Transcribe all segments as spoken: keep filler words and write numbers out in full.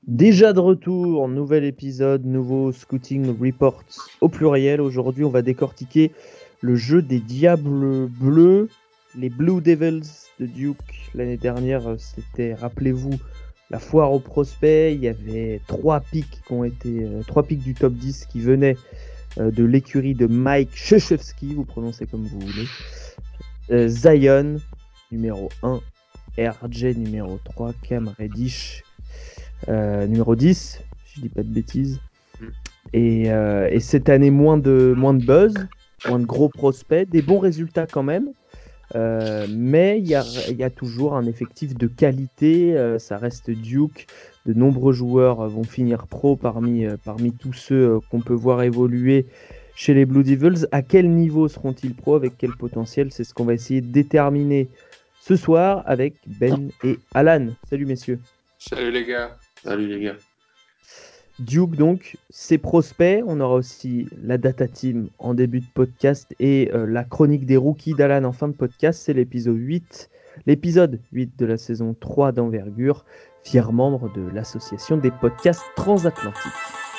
Déjà de retour, nouvel épisode, nouveau Scouting Report au pluriel. Aujourd'hui, on va décortiquer le jeu des Diables Bleus, les Blue Devils de Duke. L'année dernière, c'était, rappelez-vous, la foire aux prospects. Il y avait trois pics qui ont été, euh, trois pics du top dix qui venaient euh, de l'écurie de Mike Krzyzewski, vous prononcez comme vous voulez. Euh, Zion, numéro un, R J numéro trois, Cam Reddish Euh, numéro dix, si je dis pas de bêtises. Et, euh, et cette année, moins de, moins de buzz, moins de gros prospects, des bons résultats quand même. Euh, mais il y a, y a toujours un effectif de qualité. Euh, ça reste Duke. De nombreux joueurs vont finir pro parmi, euh, parmi tous ceux euh, qu'on peut voir évoluer chez les Blue Devils. À quel niveau seront-ils pro? Avec quel potentiel? C'est ce qu'on va essayer de déterminer ce soir avec Ben et Alan. Salut messieurs. Salut les gars. Salut les gars. Duke, donc, ses prospects. On aura aussi la data team en début de podcast et euh, la chronique des rookies d'Alan en fin de podcast. C'est l'épisode huit, l'épisode huit de la saison trois d'Envergure, fier membre de l'association des podcasts transatlantiques.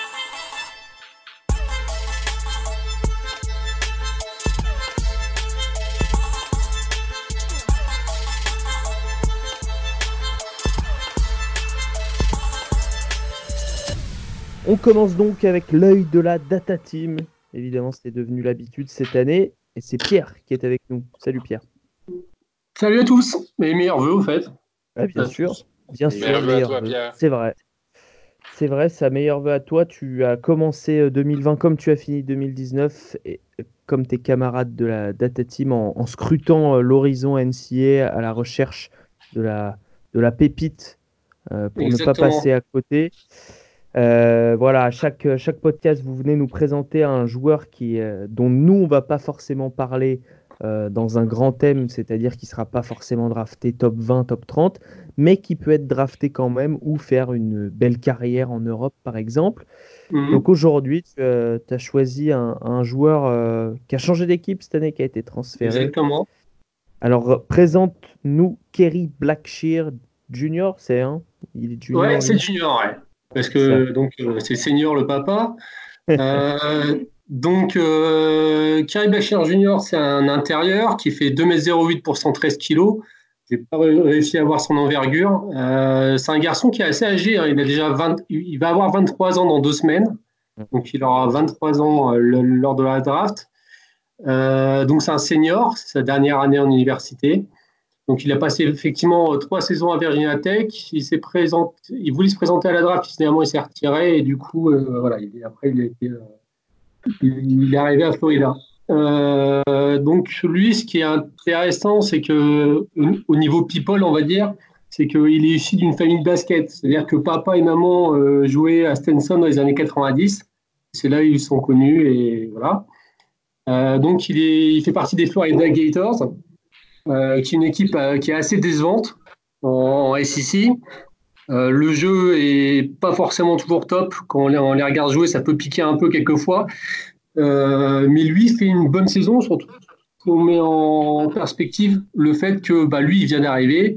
On commence donc avec l'œil de la data team. Évidemment, c'est devenu l'habitude cette année. Et c'est Pierre qui est avec nous. Salut Pierre. Salut à tous. Mes meilleurs vœux, au fait. Ah, bien sûr. Bien sûr. Meilleurs vœux à toi, vœux. Pierre. C'est vrai. C'est vrai, ça meilleur vœu à toi. Tu as commencé deux mille vingt comme tu as fini deux mille dix-neuf. Et comme tes camarades de la data team en, en scrutant l'horizon N C A A à la recherche de la, de la pépite euh, pour Exactement. ne pas passer à côté. Euh, voilà, à chaque, chaque podcast, vous venez nous présenter un joueur qui, euh, dont nous, on ne va pas forcément parler euh, dans un grand thème, c'est-à-dire qui ne sera pas forcément drafté top vingt, top trente, mais qui peut être drafté quand même ou faire une belle carrière en Europe, par exemple. Mm-hmm. Donc aujourd'hui, tu euh, as choisi un, un joueur euh, qui a changé d'équipe cette année, qui a été transféré. Exactement. Alors, présente-nous Kerry Blackshear Junior, c'est un il est junior. Ouais, c'est Junior, ouais. Parce que donc euh, c'est Senior le papa. Euh, donc euh, Kerry Blackshear Junior, c'est un intérieur qui fait deux mètres zéro huit pour cent treize kilos. J'ai pas réussi à voir son envergure. Euh, c'est un garçon qui est assez âgé. Hein. Il a déjà vingt, il va avoir vingt-trois ans dans deux semaines. Donc il aura vingt-trois ans euh, le, lors de la draft. Euh, donc c'est un senior, c'est sa dernière année en université. Donc, il a passé effectivement euh, trois saisons à Virginia Tech. Il s'est présenté, il voulait se présenter à la draft, finalement, il s'est retiré et du coup, euh, voilà, il, après, il, a été, euh, il, il est arrivé à Florida. Euh, donc, lui, ce qui est intéressant, c'est que au niveau people, on va dire, c'est qu'il est issu d'une famille de basket. C'est-à-dire que papa et maman euh, jouaient à Stenson dans les années quatre-vingt-dix. C'est là où ils sont connus et voilà. Euh, donc, il, est, il fait partie des Florida Gators. Euh, qui est une équipe euh, qui est assez décevante en, en S E C. Euh, le jeu est pas forcément toujours top. Quand on les, on les regarde jouer, ça peut piquer un peu quelquefois. Euh, mais lui fait une bonne saison, surtout si on met en perspective le fait que bah, lui, il vient d'arriver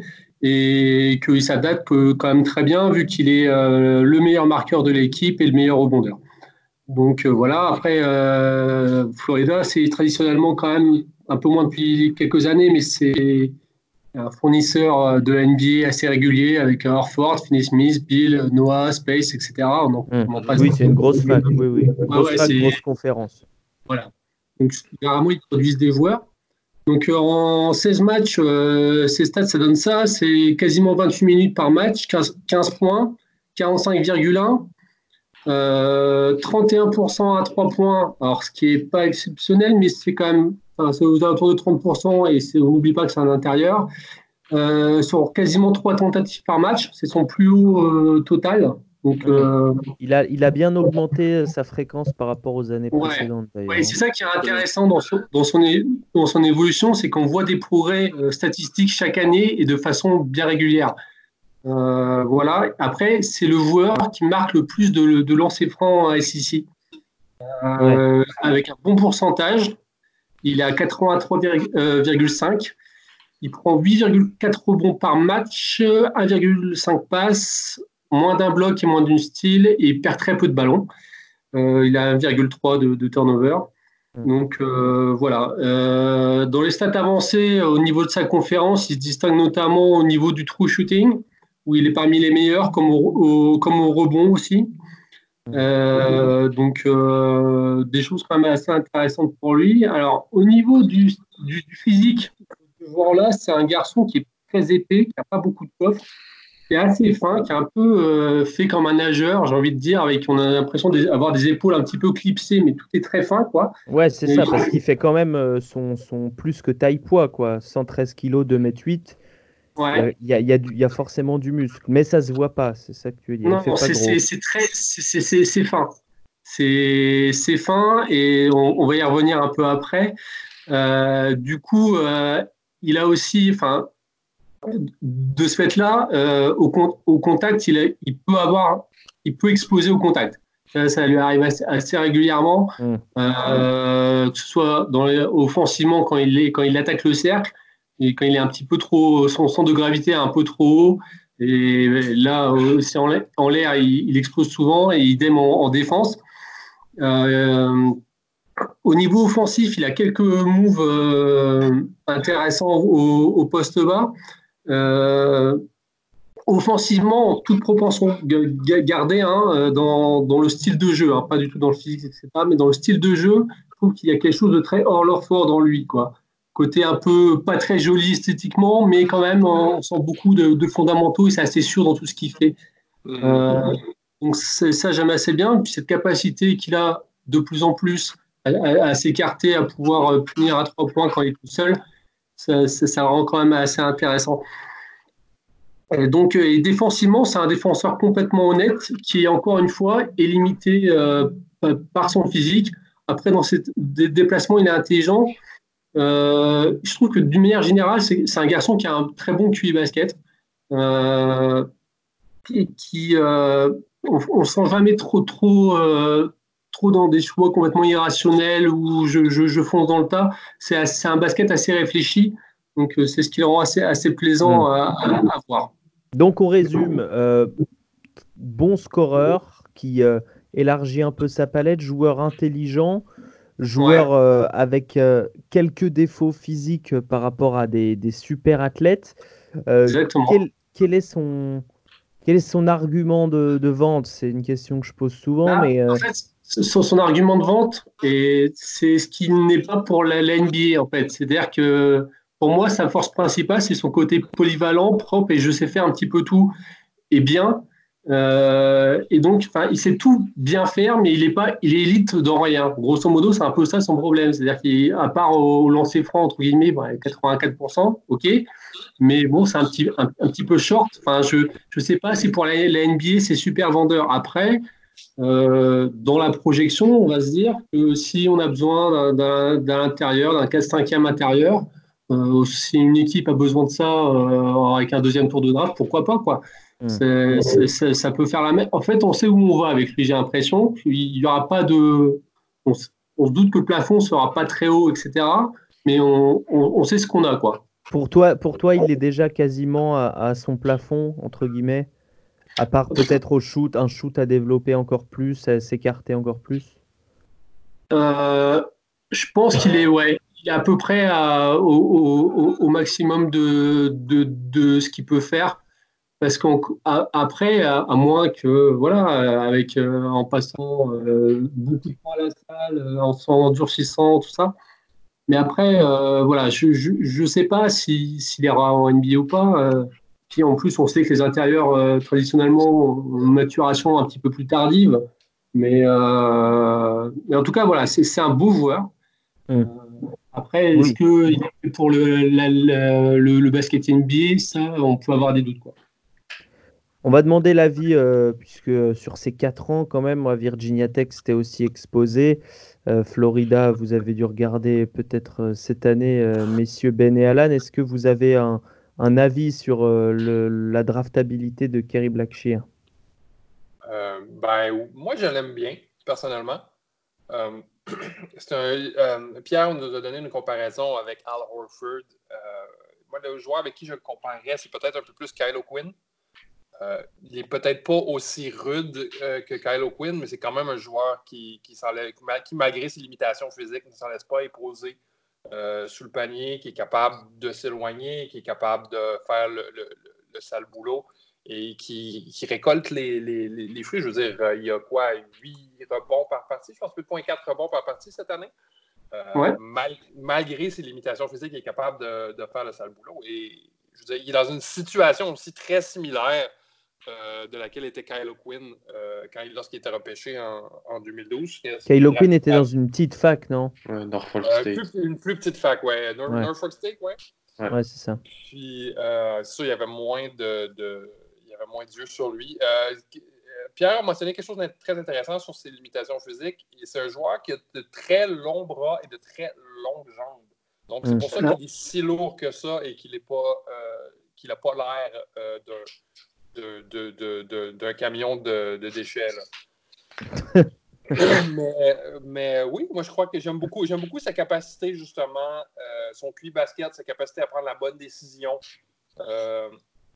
et qu'il s'adapte quand même très bien vu qu'il est euh, le meilleur marqueur de l'équipe et le meilleur rebondeur. Donc euh, voilà, après, euh, Florida, c'est traditionnellement quand même un peu moins depuis quelques années, mais c'est un fournisseur de N B A assez régulier avec Horford, Finney-Smith, Bill, Noah, Space, et cetera. On en, mmh. on en passe oui, c'est une grosse fac, oui, oui. Grosse ouais, ouais, fac, c'est... grosse conférence. Voilà. Donc, généralement, ils produisent des joueurs. Donc, en seize matchs, euh, ces stats, ça donne ça. C'est quasiment vingt-huit minutes par match, quinze, quinze points, quarante-cinq virgule un. Euh, trente et un pour cent à trois points, alors ce qui n'est pas exceptionnel, mais c'est quand même, enfin, c'est aux alentours de trente pour cent et c'est, on n'oublie pas que c'est un intérieur. Euh, sur quasiment trois tentatives par match, c'est son plus haut euh, total. Donc, euh, il, a, il a bien augmenté sa fréquence par rapport aux années ouais, précédentes. D'ailleurs. Ouais, c'est ça qui est intéressant dans son, dans son, dans son évolution, c'est qu'on voit des progrès euh, statistiques chaque année et de façon bien régulière. Euh, voilà. Après, c'est le joueur qui marque le plus de, de lancers francs à S E C. Euh, ouais. Avec un bon pourcentage. Il est à quatre-vingt-trois virgule cinq. Il prend huit virgule quatre rebonds par match, un virgule cinq passes, moins d'un bloc et moins d'une steal et il perd très peu de ballons. Euh, il a un virgule trois de, de turnover. Donc euh, voilà. Euh, dans les stats avancées, au niveau de sa conférence, il se distingue notamment au niveau du true shooting, où il est parmi les meilleurs, comme au, au, comme au rebond aussi. Euh, donc euh, des choses quand même assez intéressantes pour lui. Alors au niveau du, du, du physique, ce joueur-là, c'est un garçon qui est très épais, qui n'a pas beaucoup de coffre, qui est assez fin, qui est un peu euh, fait comme un nageur, j'ai envie de dire, avec on a l'impression d'avoir des épaules un petit peu clipsées, mais tout est très fin, quoi. Ouais, c'est Et ça, parce qu'il fait quand même euh, son, son plus que taille-poids, quoi. cent treize kilos, deux mètres huit. Il y ouais. a, il y a, il y a du- il y a forcément du muscle, mais ça se voit pas, c'est ça que tu veux dire. Il fait Non, pas c'est gros. c'est- c'est très, c'est c'est- c'est- c'est fin. C'est c'est fin et on, on va y revenir un peu après. Euh, du coup, euh, il a aussi, enfin, de ce fait-là, euh, au, con- au contact, il, a- il peut avoir, il peut exploser au contact. Ça, ça lui arrive assez, assez régulièrement, Hmm. euh, que ce soit dans les- offensivement quand il, est, quand il attaque le cercle et quand il est un petit peu trop, son centre de gravité est un peu trop haut. Et là, aussi en l'air, en l'air, il, il explose souvent et idem en, en défense. Euh, au niveau offensif, il a quelques moves euh, intéressants au, au poste bas. Euh, Offensivement, en toute proportion gardée hein, dans, dans le style de jeu, hein, pas du tout dans le physique, et cetera, mais dans le style de jeu, je trouve qu'il y a quelque chose de très hors leur fort dans lui, quoi. Côté un peu pas très joli esthétiquement, mais quand même, on sent beaucoup de, de fondamentaux et c'est assez sûr dans tout ce qu'il fait. Mhm. Euh, donc c'est, ça, j'aime assez bien. Puis cette capacité qu'il a de plus en plus à, à, à s'écarter, à pouvoir punir à trois points quand il est tout seul, ça, ça, ça rend quand même assez intéressant. Et donc, et défensivement, c'est un défenseur complètement honnête qui, encore une fois, est limité euh, par son physique. Après, dans ses déplacements, il est intelligent. Euh, je trouve que d'une manière générale, c'est, c'est un garçon qui a un très bon Q I basket. Euh, et qui, euh, on ne sent jamais trop, trop, euh, trop dans des choix complètement irrationnels où je, je, je fonce dans le tas. C'est, c'est un basket assez réfléchi. Donc, euh, c'est ce qui le rend assez, assez plaisant Hmm. à, à, à voir. Donc on résume, euh, bon scoreur qui euh, élargit un peu sa palette, joueur intelligent, Ouais. joueur euh, avec euh, quelques défauts physiques euh, par rapport à des, des super athlètes. Euh, Exactement. quel, quel est son, quel est son argument de, de vente? C'est une question que je pose souvent, Là, mais euh, en fait, son, son argument de vente, et c'est ce qui n'est pas pour la, la N B A, en fait. C'est-à-dire que pour moi, sa force principale, c'est son côté polyvalent, propre, et je sais faire un petit peu tout et bien. Euh, et donc, enfin, il sait tout bien faire, mais il est pas, il est élite dans rien. Grosso modo, c'est un peu ça son problème. C'est-à-dire qu'à part au lancer franc, entre guillemets, bon, quatre-vingt-quatre pour cent, ok. Mais bon, c'est un petit, un, un petit peu short. Enfin, je ne sais pas si pour la, la N B A, c'est super vendeur. Après, euh, dans la projection, on va se dire que si on a besoin d'un, d'un intérieur, d'un quatre cinquième intérieur, euh, si une équipe a besoin de ça euh, avec un deuxième tour de draft, pourquoi pas, quoi. hmm. C'est, c'est, c'est, ça peut faire la même. En fait, on sait où on va avec lui, j'ai l'impression. Il n'y aura pas de. On, on, se doute que le plafond ne sera pas très haut, et cetera. Mais on, on, on sait ce qu'on a, quoi. Pour toi, pour toi, il est déjà quasiment à, à son plafond, entre guillemets, à part peut-être au shoot, un shoot à développer encore plus, à s'écarter encore plus. Euh, je pense qu'il est, ouais, il est à peu près à- au, au- au maximum de, de, de ce qu'il peut faire. Parce qu'après, à, à moins que, voilà, avec, euh, en passant euh, beaucoup de temps à la salle, euh, en s'endurcissant, tout ça. Mais après, euh, voilà, je ne sais pas si, s'il ira en N B A ou pas. Euh, puis en plus, on sait que les intérieurs, euh, traditionnellement, ont une maturation un petit peu plus tardive. Mais, euh, mais en tout cas, voilà, c'est c'est un beau joueur. Hmm. Après, est-ce Oui. qu'il est fait pour le, la- la- le, le basket N B A? Ça, on peut avoir des doutes, quoi. On va demander l'avis, euh, puisque euh, sur ces quatre ans, quand même, moi, Virginia Tech, c'était aussi exposé. Euh, Florida, vous avez dû regarder peut-être euh, cette année, euh, messieurs Ben et Alan. Est-ce que vous avez un, un avis sur euh, le- la draftabilité de Kerry Blackshear? Euh, ben, moi, je l'aime bien, personnellement. Euh, c'est un, euh, Pierre nous a donné une comparaison avec Al Horford. Euh, moi, le joueur avec qui je le comparerais, c'est peut-être un peu plus Kylo Quinn. Euh, Euh, il n'est peut-être pas aussi rude euh, que Kyle O'Quinn, mais c'est quand même un joueur qui, qui, qui, malgré ses limitations physiques, ne s'en laisse pas imposer euh, sous le panier, qui est capable de s'éloigner, qui est capable de faire le, le, le, le sale boulot et qui, qui récolte les, les, les fruits. Je veux dire, euh, il y a quoi, huit rebonds par partie? Je pense que huit virgule quatre rebonds par partie cette année. Euh, ouais. mal, malgré ses limitations physiques, il est capable de, de faire le sale boulot. Et je veux dire, il est dans une situation aussi très similaire Euh, de laquelle était Kyle O'Quinn euh, quand, lorsqu'il était repêché en, en deux mille douze. Kyle O'Quinn était dans une petite fac, non? Ouais, Norfolk euh, State. Plus, une plus petite fac, ouais. Nor- ouais. Norfolk State, ouais. Ouais, ouais c'est ça. Puis, euh, c'est sûr, il y avait moins de, de, il y avait moins d'yeux sur lui. Euh, Pierre a mentionné quelque chose de très intéressant sur ses limitations physiques. Et c'est un joueur qui a de très longs bras et de très longues jambes. Donc, c'est mmh. pour ça qu'il est si lourd que ça et qu'il n'a pas, euh, qu'il pas l'air euh, d'un De, de, de, de, d'un camion de, de déchets. Là. mais, mais oui, moi je crois que j'aime beaucoup, j'aime beaucoup sa capacité justement, euh, son Q I basket, sa capacité à prendre la bonne décision, euh,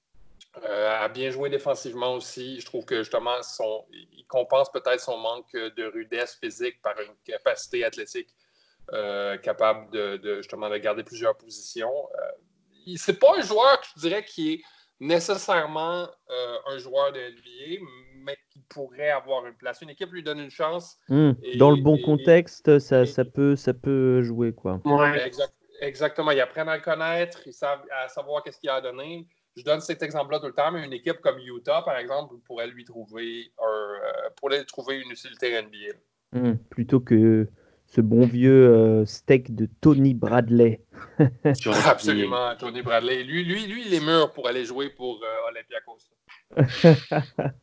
euh, à bien jouer défensivement aussi. Je trouve que justement, son, il compense peut-être son manque de rudesse physique par une capacité athlétique euh, capable de, de justement de garder plusieurs positions. Euh, c'est pas un joueur que je dirais qui est nécessairement euh, un joueur de N B A, mais qui pourrait avoir une place. Une équipe lui donne une chance. Mmh. Et, Dans le bon et, contexte, et, ça, et, ça, peut, ça peut jouer, quoi. Ouais. Exact, exactement. Ils apprennent à le connaître, ils savent à savoir qu'est-ce qu'il a à donner. Je donne cet exemple-là tout le temps, mais une équipe comme Utah, par exemple, pourrait lui trouver, un, euh, pourrait trouver une utilité N B A. Mmh. Plutôt que ce bon vieux euh, steak de Tony Bradley. Absolument, Tony Bradley. Lui, lui, lui, il est mûr pour aller jouer pour euh, Olympiakos.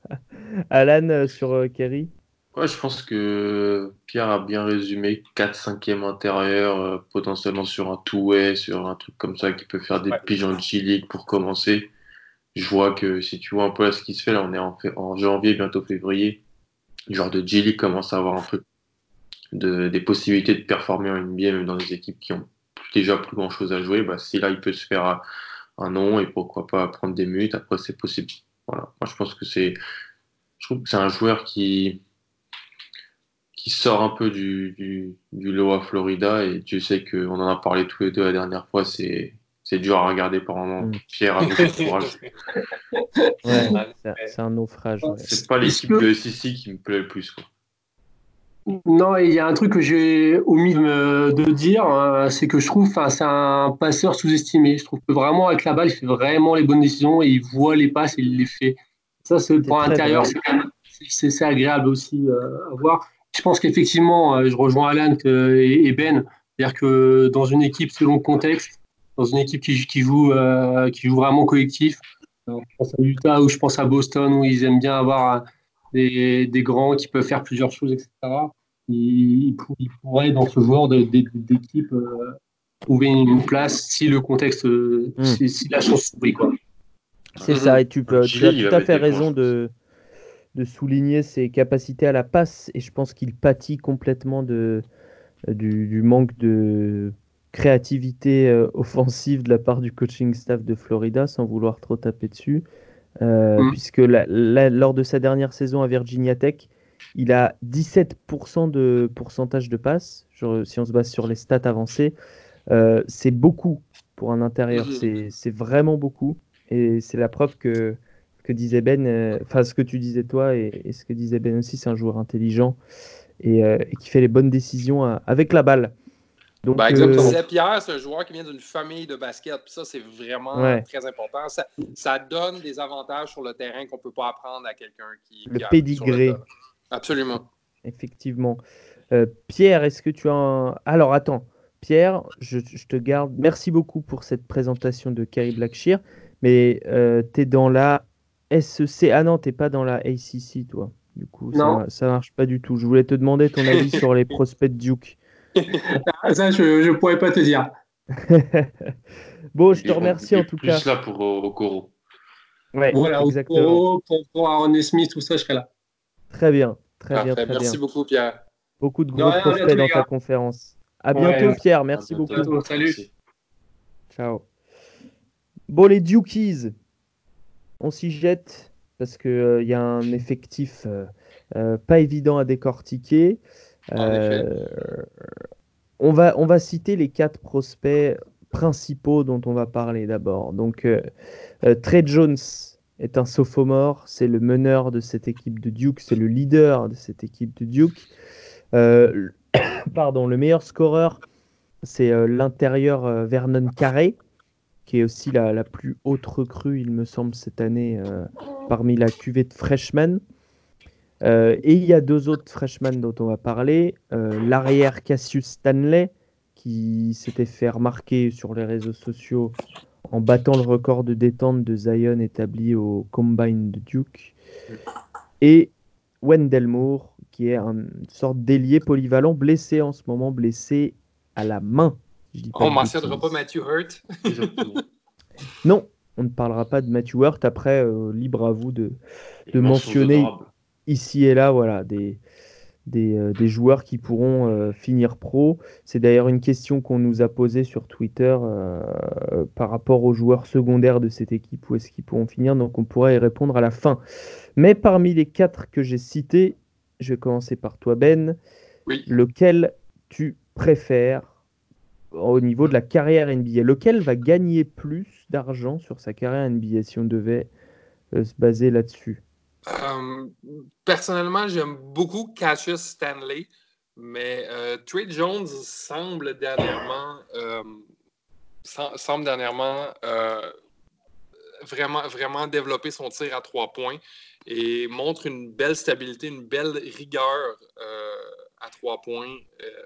Alan, euh, sur euh, Kerry? Ouais, je pense que Pierre a bien résumé. quatre cinquième intérieur, euh, potentiellement sur un two-way, sur un truc comme ça qui peut faire des ouais. piges en G-League pour commencer. Je vois que si tu vois un peu là ce qui se fait, là on est en, en janvier, bientôt février. Le genre de G-League commence à avoir un peu de, des possibilités de performer en N B A, même dans des équipes qui ont déjà plus grand chose à jouer. Bah, si là il peut se faire un, un nom et pourquoi pas prendre des minutes, après c'est possible. Voilà. Moi je pense que c'est je trouve que c'est un joueur qui qui sort un peu du, du, du lot à Florida, et tu sais qu'on en a parlé tous les deux la dernière fois, c'est, c'est dur à regarder par moment. Mm. Pierre a beaucoup de courage. Ouais, c'est, c'est un naufrage. Ouais. C'est pas l'équipe de S E C qui me plaît le plus, quoi. Non, il y a un truc que j'ai omis de, de dire, hein, c'est que je trouve que c'est un passeur sous-estimé. Je trouve que vraiment, avec la balle, il fait vraiment les bonnes décisions et il voit les passes et il les fait. Ça, c'est, c'est pour l'intérieur, c'est, quand même, c'est, c'est agréable aussi euh, à voir. Je pense qu'effectivement, euh, je rejoins Alan que, et, et Ben, c'est-à-dire que dans une équipe selon le contexte, dans une équipe qui, qui, joue, euh, qui joue vraiment collectif, euh, je pense à Utah ou je pense à Boston où ils aiment bien avoir des, des grands qui peuvent faire plusieurs choses, et cetera. Ils, ils pourraient, dans ce genre de, de, d'équipe, euh, trouver une place si le contexte, euh, mm. si, si la chance s'ouvrit, quoi. C'est ça, et tu, peux, tu as tout à fait raison de, de souligner ses capacités à la passe, et je pense qu'il pâtit complètement de, du, du manque de créativité euh, offensive de la part du coaching staff de Florida, sans vouloir trop taper dessus, euh, mm. puisque la, la, lors de sa dernière saison à Virginia Tech, il a dix-sept pour cent de pourcentage de passes, genre, si on se base sur les stats avancées, euh, c'est beaucoup pour un intérieur, mm. c'est, c'est vraiment beaucoup. Et c'est la preuve que, que disait Ben, enfin euh, ce que tu disais toi et, et ce que disait Ben aussi, c'est un joueur intelligent et, euh, et qui fait les bonnes décisions à, avec la balle. Donc, bah, exactement. Euh... Pierre, c'est un joueur qui vient d'une famille de basket, puis ça, c'est vraiment ouais. très important. Ça, ça donne des avantages sur le terrain qu'on ne peut pas apprendre à quelqu'un qui... Le qui pédigré. Le... Absolument. Effectivement. Euh, Pierre, est-ce que tu as un... Alors, attends. Pierre, je, je te garde. Merci beaucoup pour cette présentation de Kerry Blackshear. Mais euh, tu es dans la S E C. Ah non, tu n'es pas dans la A C C, toi. Du coup, ça, ça marche pas du tout. Je voulais te demander ton avis sur les prospects Duke. Ça, je ne pourrais pas te dire. Bon, je te remercie en tout plus cas. Plus là pour Okoro. Ouais, voilà, exactement. Okoro, pour, pour Aaron Smith, tout ça, je serai là. Très bien, très Parfait. bien, très Merci bien. beaucoup, Pierre. Beaucoup de gros non, prospects dans ta conférence. À bientôt, ouais, Pierre. Merci beaucoup. Bientôt. Salut. Ciao. Bon, les Dukies, on s'y jette parce qu'il euh, y a un effectif euh, euh, pas évident à décortiquer. Euh, on va, on va citer les quatre prospects principaux dont on va parler d'abord. Donc, euh, euh, Trey Jones est un sophomore, c'est le meneur de cette équipe de Duke, c'est le leader de cette équipe de Duke. Euh, pardon, le meilleur scoreur, c'est euh, l'intérieur euh, Vernon Carey, qui est aussi la, la plus haute recrue, il me semble, cette année, euh, parmi la cuvée de freshmen. Euh, et il y a deux autres freshmen dont on va parler. Euh, l'arrière Cassius Stanley, qui s'était fait remarquer sur les réseaux sociaux en battant le record de détente de Zion établi au Combine de Duke. Et Wendell Moore, qui est une sorte d'ailier polyvalent, blessé en ce moment, blessé à la main. Je dis pas on de mentionnera bêtises. pas Matthew Hurt. Non, on ne parlera pas de Matthew Hurt. Après, euh, libre à vous de, de Mentions mentionner honorables. ici et là voilà, des, des, euh, des joueurs qui pourront euh, finir pro. C'est d'ailleurs une question qu'on nous a posée sur Twitter euh, par rapport aux joueurs secondaires de cette équipe, où est-ce qu'ils pourront finir. Donc on pourra y répondre à la fin. Mais parmi les quatre que j'ai cités, je vais commencer par toi Ben. Oui. Lequel tu préfères au niveau de la carrière N B A? Lequel va gagner plus d'argent sur sa carrière N B A si on devait euh, se baser là-dessus? Euh, personnellement, j'aime beaucoup Cassius Stanley, mais euh, Trey Jones semble dernièrement, euh, sem- semble dernièrement euh, vraiment, vraiment développer son tir à trois points et montre une belle stabilité, une belle rigueur euh, à trois points euh,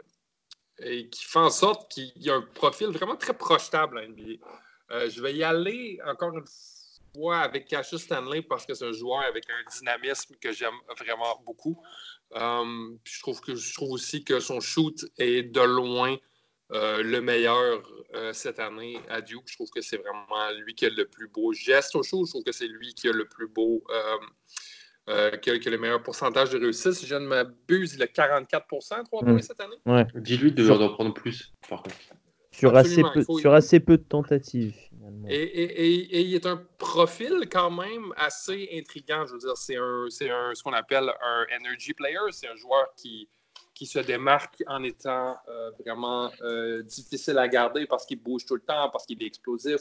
et qui fait en sorte qu'il y a un profil vraiment très projetable à N B A. Euh, je vais y aller encore une fois avec Cassius Stanley parce que c'est un joueur avec un dynamisme que j'aime vraiment beaucoup. Euh, je, trouve que, je trouve aussi que son shoot est de loin euh, le meilleur euh, cette année à Duke. Je trouve que c'est vraiment lui qui a le plus beau geste au shoot. Je trouve que c'est lui qui a le plus beau... Euh, Euh, qui, a, qui a le meilleur pourcentage de réussite. Si je ne m'abuse, il a quarante-quatre pour cent à trois points Mmh. cette année. Ouais. Dis-lui de Sur- d'en prendre plus, par contre. Sur assez, Absolument, peu, il faut- sur assez peu de tentatives, finalement. Et, et, et, et il est un profil quand même assez intriguant. Je veux dire, c'est, un, c'est un, ce qu'on appelle un energy player. C'est un joueur qui, qui se démarque en étant euh, vraiment euh, difficile à garder parce qu'il bouge tout le temps, parce qu'il est explosif.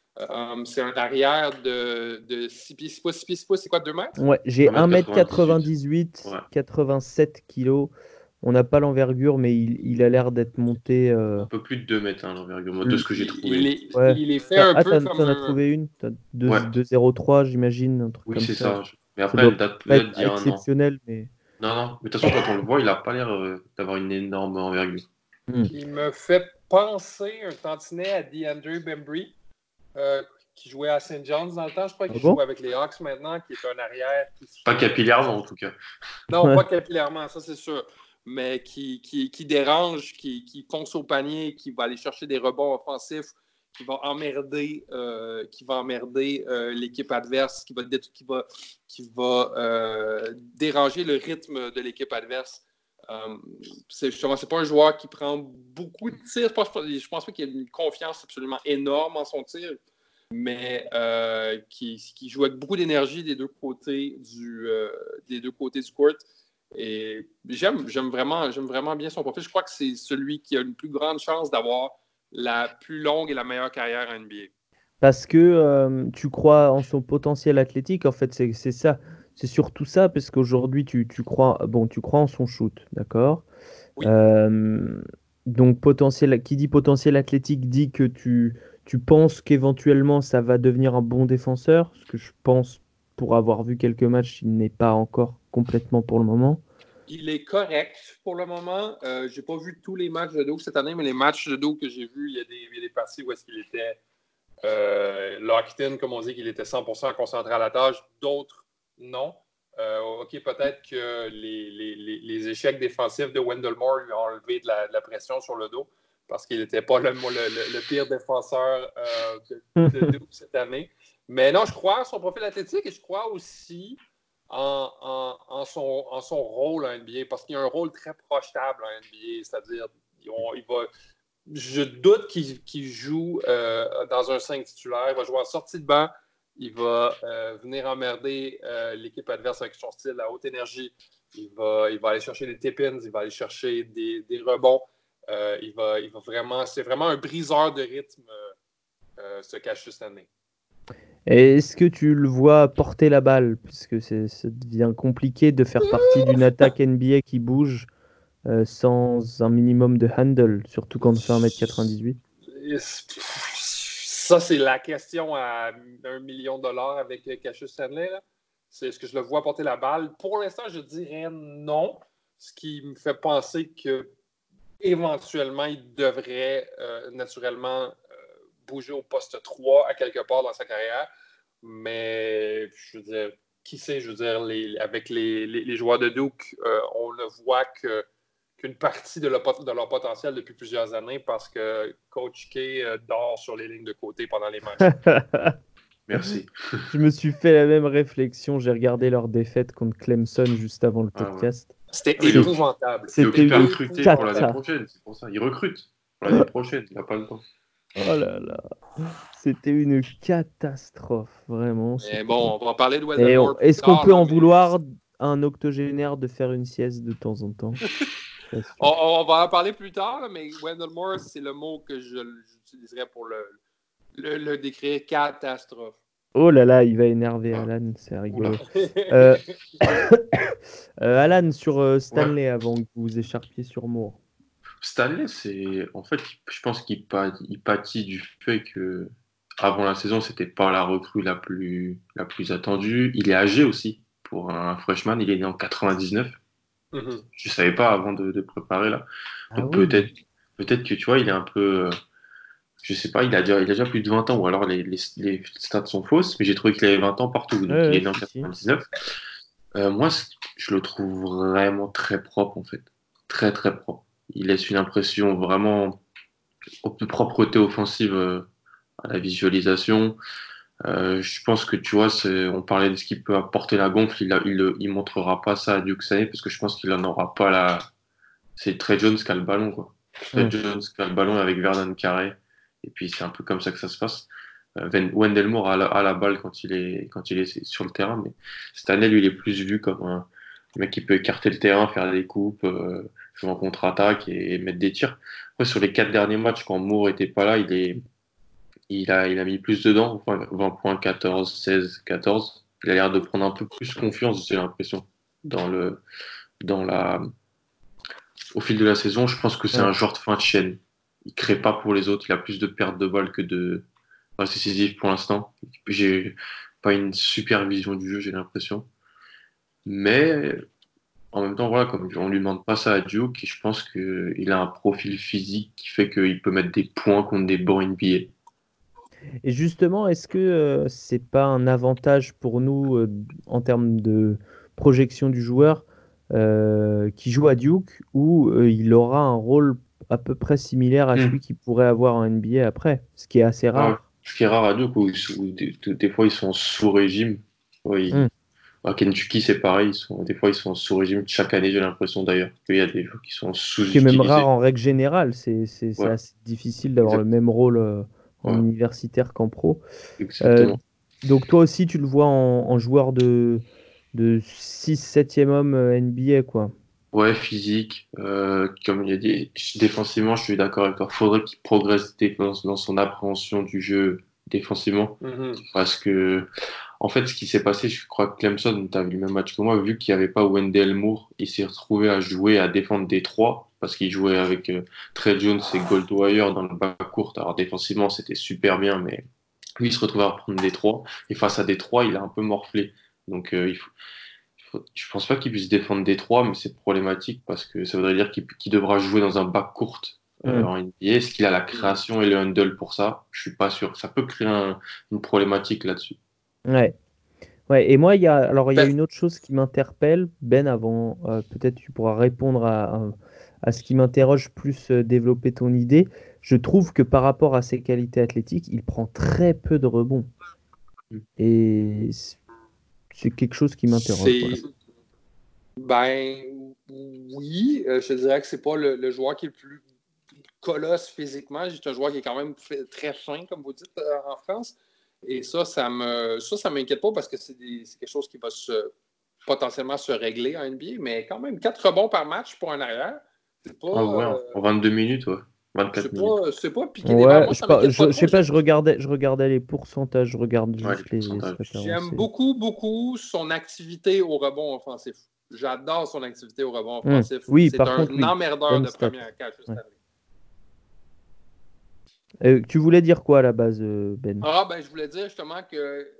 Um, c'est un arrière de, de six pieds, six pouces, six pieds, six pouces, c'est quoi, deux mètres? Ouais, j'ai un un mètre mètre quatre-vingt-dix-huit, Ouais. quatre-vingt-sept kilos. On n'a pas l'envergure, mais il, il a l'air d'être monté. euh, Un peu plus de deux mètres, hein, l'envergure, moi, de ce que j'ai Il, trouvé. il est, Ouais. il est fait T'as- un ah, peu t'en, comme t'en as un... trouvé une? T'as deux- Ouais. deux zéro trois, j'imagine, un truc Oui, comme c'est ça. ça. Mais Ça après, doit elle date pas peut-être être d'il y a un an. exceptionnel, mais. Non, non. Mais de toute façon, quand on le voit, il n'a pas l'air euh, d'avoir une énorme envergure. Hmm. Il me fait penser un tantinet à DeAndre Bembry, euh, qui jouait à Saint John's dans le temps. Je crois qu'il Ah bon? joue avec les Hawks maintenant, qui est un arrière. Qui... Pas capillairement, en tout cas. Non, Ouais. pas capillairement, ça c'est sûr. Mais qui, qui, qui dérange, qui, qui fonce au panier, qui va aller chercher des rebonds offensifs, qui va emmerder, euh, qui va emmerder euh, l'équipe adverse, qui va, dé- qui va, qui va euh, déranger le rythme de l'équipe adverse. Euh, c'est justement, c'est pas un joueur qui prend beaucoup de tirs. Je pense, je pense pas qu'il y ait une confiance absolument énorme en son tir, mais euh, qui, qui joue avec beaucoup d'énergie des deux côtés du, euh, des deux côtés du court. Et j'aime, j'aime, vraiment, j'aime vraiment bien son profil. Je crois que c'est celui qui a une plus grande chance d'avoir la plus longue et la meilleure carrière en N B A. Parce que euh, tu crois en son potentiel athlétique, en fait, c'est, c'est ça. C'est surtout ça, parce qu'aujourd'hui, tu, tu crois, bon, tu crois en son shoot, d'accord? Oui. Euh, donc, potentiel, qui dit potentiel athlétique dit que tu, tu penses qu'éventuellement, ça va devenir un bon défenseur, ce que je pense, pour avoir vu quelques matchs, il n'est pas encore complètement pour le moment. Il est correct pour le moment. Euh, j'ai pas vu tous les matchs de Duke cette année, mais les matchs de Duke que j'ai vus, il y a des, il y a des parties où est-ce qu'il était euh, locked in, comme on dit, qu'il était cent pour cent concentré à la tâche. D'autres, non. Euh, OK, peut-être que les, les, les, les échecs défensifs de Wendell Moore lui ont enlevé de la, de la pression sur le dos parce qu'il n'était pas le, le, le, le pire défenseur euh, de, de Duke cette année. Mais non, je crois en son profil athlétique et je crois aussi en, en, en, son, en son rôle en N B A parce qu'il a un rôle très projetable en N B A, c'est-à-dire il, il va, je doute qu'il, qu'il joue euh, dans un cinq titulaire, il va jouer en sortie de banc, Il va euh, venir emmerder euh, l'équipe adverse avec son style à haute énergie. Il va, il va aller chercher des tip-ins, il va aller chercher des, des rebonds. Euh, il, va, il va vraiment, c'est vraiment un briseur de rythme, euh, ce Cassius Stanley. Est-ce que tu le vois porter la balle? Puisque c'est, ça devient compliqué de faire partie d'une attaque N B A qui bouge euh, sans un minimum de handle, surtout quand on fait un mètre quatre-vingt-dix-huit. Ça, c'est la question à un million de dollars avec Cassius Stanley. Là. C'est, est-ce que je le vois porter la balle? Pour l'instant, je dirais non. Ce qui me fait penser que éventuellement, il devrait euh, naturellement euh, bouger au poste trois à quelque part dans sa carrière. Mais, je veux dire, qui sait, je veux dire, les, avec les, les, les joueurs de Duke, euh, on ne voit que qu'une partie de leur, de leur potentiel depuis plusieurs années parce que Coach K euh, dort sur les lignes de côté pendant les matchs. Merci. Je me suis fait la même réflexion. J'ai regardé leur défaite contre Clemson juste avant le podcast. Ah ouais. C'était oui, épouvantable. C'était il une recruter pour l'année prochaine, c'est pour ça. Il recrute pour l'année prochaine, il n'a pas le temps. Oh là là. C'était une catastrophe, vraiment. Mais bon, on va en parler de Et Wendell on- Moore. Est-ce plus qu'on tard, peut là, en mais- vouloir à un octogénaire de faire une sieste de temps en temps? Pas sûr. On, on va en parler plus tard, là, mais Wendell Moore, c'est le mot que je, j'utiliserais pour le, le, le décrire catastrophe. Oh là là, il va énerver Alan, c'est rigolo. Euh, euh, Alan, sur euh, Stanley, avant que vous vous écharpiez sur Moore. Stanley, c'est en fait, je pense qu'il pâ- il pâtit du fait que avant la saison, c'était pas la recrue la plus la plus attendue. Il est âgé aussi pour un freshman. Il est né en quatre-vingt-dix-neuf. Mhm. Je savais pas avant de, de préparer là. Ah Donc oui. peut-être peut-être que tu vois, il est un peu, euh, je sais pas, il a déjà il a déjà plus de vingt ans ou alors les, les, les stats sont fausses. Mais j'ai trouvé qu'il avait vingt ans partout. Donc Ouais, il est ouais, né en si, si. quatre-vingt-dix-neuf. Euh, moi, c- je le trouve vraiment très propre en fait, très très propre. Il laisse une impression vraiment de propreté offensive euh, à la visualisation. Euh, je pense que tu vois, c'est, on parlait de ce qu'il peut apporter la gonfle. Il, a, il, le- il montrera pas ça à Duke cette année parce que je pense qu'il en aura pas la. C'est Trey Jones qui a le ballon quoi. Trey Mm. Jones qui a le ballon avec Vernon Carré. Et puis c'est un peu comme ça que ça se passe. Euh, Ven- Wendell Moore a la, a la balle quand il est quand il est sur le terrain, mais cette année lui il est plus vu comme un mec qui peut écarter le terrain, faire des coupes, euh, jouer en contre-attaque et, et mettre des tirs. Après, sur les quatre derniers matchs, quand Moore était pas là, il est il a, il a mis plus dedans, enfin, vingt points, quatorze, seize, quatorze. Il a l'air de prendre un peu plus confiance, j'ai l'impression, dans le, dans la, au fil de la saison. Je pense que c'est Ouais. un genre de fin de chaîne. Il crée pas pour les autres. Il a plus de pertes de balles que de passes décisives pour l'instant. J'ai pas une super vision du jeu, j'ai l'impression. Mais en même temps, voilà, comme on lui demande pas ça à Duke, et je pense qu'il a un profil physique qui fait qu'il peut mettre des points contre des bons N B A. Et justement, est-ce que euh, c'est pas un avantage pour nous euh, en termes de projection du joueur euh, qui joue à Duke où euh, il aura un rôle à peu près similaire à Mm. celui qu'il pourrait avoir en N B A après, ce qui est assez rare. Ouais, ce qui est rare à Duke, où, ils sont- où des, des fois ils sont sous régime. Ouais, ils- Mm. À Kentucky, c'est pareil. Ils sont, des fois, ils sont sous régime. Chaque année, j'ai l'impression d'ailleurs qu'il y a des joueurs qui sont Ce qui est même sous-utilisés. rare en règle générale. C'est c'est- c'est Ouais. assez difficile d'avoir Exact. le même rôle euh, en Ouais. universitaire qu'en pro. Exactement. Donc toi aussi, tu le vois en, en joueur de, de six septième homme euh, N B A, quoi. Ouais, physique. Euh, comme il a dit, défensivement, je suis d'accord avec toi. Faudrait qu'il progresse dans, dans son appréhension du jeu défensivement. Mhm. Parce que, en fait, ce qui s'est passé, je crois que Clemson, tu as vu le même match que moi, vu qu'il n'y avait pas Wendell Moore, il s'est retrouvé à jouer, à défendre des trois, parce qu'il jouait avec euh, Trey Jones et Goldwire dans le bas court. Alors, défensivement, c'était super bien, mais lui, il se retrouvait à prendre des trois. Et face à des trois, il a un peu morflé. Donc, euh, il faut, il faut- je pense pas qu'il puisse défendre des trois, mais c'est problématique parce que ça voudrait dire qu'il qu'il devra jouer dans un bas court euh, Mm. en N B A. Est-ce qu'il a la création et le handle pour ça? Je suis pas sûr. Ça peut créer un- une problématique là-dessus. Ouais. Ouais, et moi, il y a, alors, il y a Ben- une autre chose qui m'interpelle, Ben, avant, euh, peut-être tu pourras répondre à, à, à ce qui m'interroge, plus euh, développer ton idée. Je trouve que par rapport à ses qualités athlétiques, il prend très peu de rebonds. Mm. Et c'est- c'est quelque chose qui m'interroge. C'est- voilà. Ben oui, euh, je te dirais que c'est pas le, le joueur qui est le plus colosse physiquement. C'est un joueur qui est quand même fait- très fin, comme vous dites euh, en France. Et ça, ça me, ça, ça m'inquiète pas parce que c'est, des, c'est quelque chose qui va se, potentiellement se régler en N B A, mais quand même, quatre rebonds par match pour un arrière, c'est pas... Ah ouais, en euh, en vingt-deux minutes, ouais. vingt-quatre c'est minutes. pas, c'est pas piqué des verres. Ouais, Moi, je, ça pas, m'inquiète je, pas je sais trop. pas, J'aime, je regardais, je regardais les pourcentages, je regarde Ouais, juste les les, les pourcentages. stats j'aime avancées. beaucoup, beaucoup son activité au rebond offensif. J'adore son activité au rebond Hmm. offensif. Oui, C'est par un contre, oui. emmerdeur Bonne de stat. première catch. Ouais. Euh, tu voulais dire quoi à la base, euh, Ben? Ah, ben, je voulais dire justement que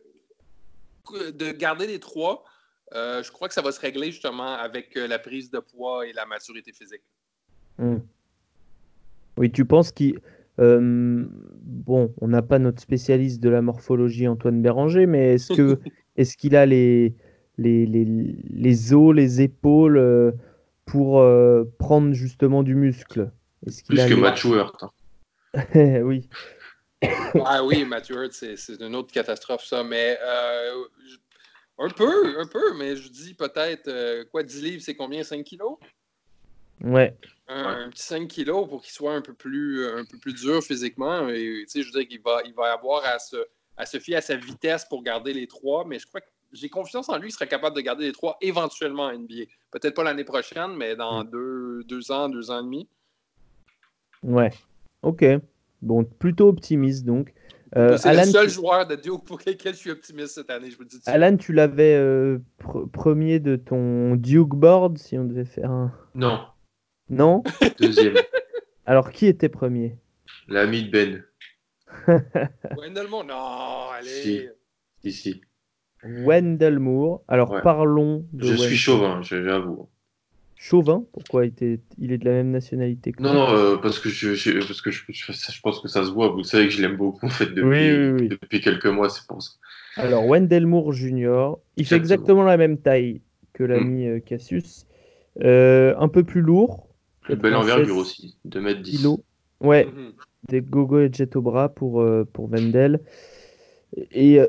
de garder les trois, euh, je crois que ça va se régler justement avec euh, la prise de poids et la maturité physique. Hmm. Oui, tu penses qu'il... euh, bon, on n'a pas notre spécialiste de la morphologie, Antoine Béranger, mais est-ce que est-ce qu'il a les, les, les, les os, les épaules euh, pour euh, prendre justement du muscle? Est-ce qu'il Plus a que les... Matthew Hurt. Hein. Oui, Ah oui, Matthew Hurt, c'est, c'est une autre catastrophe, ça. Mais euh, un peu, un peu, mais je dis peut-être, euh, quoi, dix livres, c'est combien? cinq kilos? ouais. Un, Ouais. un petit cinq kilos pour qu'il soit un peu plus, un peu plus dur physiquement. Et, tu sais, je veux dire qu'il va, il va avoir à se, à se fier à sa vitesse pour garder les trois, mais je crois que j'ai confiance en lui, il serait capable de garder les trois éventuellement en N B A. Peut-être pas l'année prochaine, mais dans deux, deux ans, deux ans et demi. Ouais. Ok. Bon, plutôt optimiste donc. Euh, C'est Alan, le seul tu... joueur de Duke pour lequel je suis optimiste cette année, je vous le dis tout de suite. Alan, tu l'avais euh, pr- premier de ton Duke board, si on devait faire un... Non, Non? deuxième. Alors, qui était premier? L'ami de Ben. Wendell Moore, non, Si, allez. si, si. Wendell Moore. Alors, Ouais. parlons de Je suis Wendell. chauvin, je- j'avoue. Chauvin? Pourquoi il, était... il est de la même nationalité que Non, toi? non, euh, parce que, je, je- parce que je, je, je pense que ça se voit. Vous savez que je l'aime beaucoup en fait Oui, depuis, oui, oui. depuis quelques mois, c'est pour ça. Alors, Wendell Moore junior, il fait Exactement. exactement la même taille que l'ami euh, Cassius. Euh, un peu plus lourd. Plus belle envergure quatre-vingt-seize aussi, deux mètres dix. kilos. Ouais, Mhm. des gogo et jet au bras pour, euh, pour Wendell. Et euh,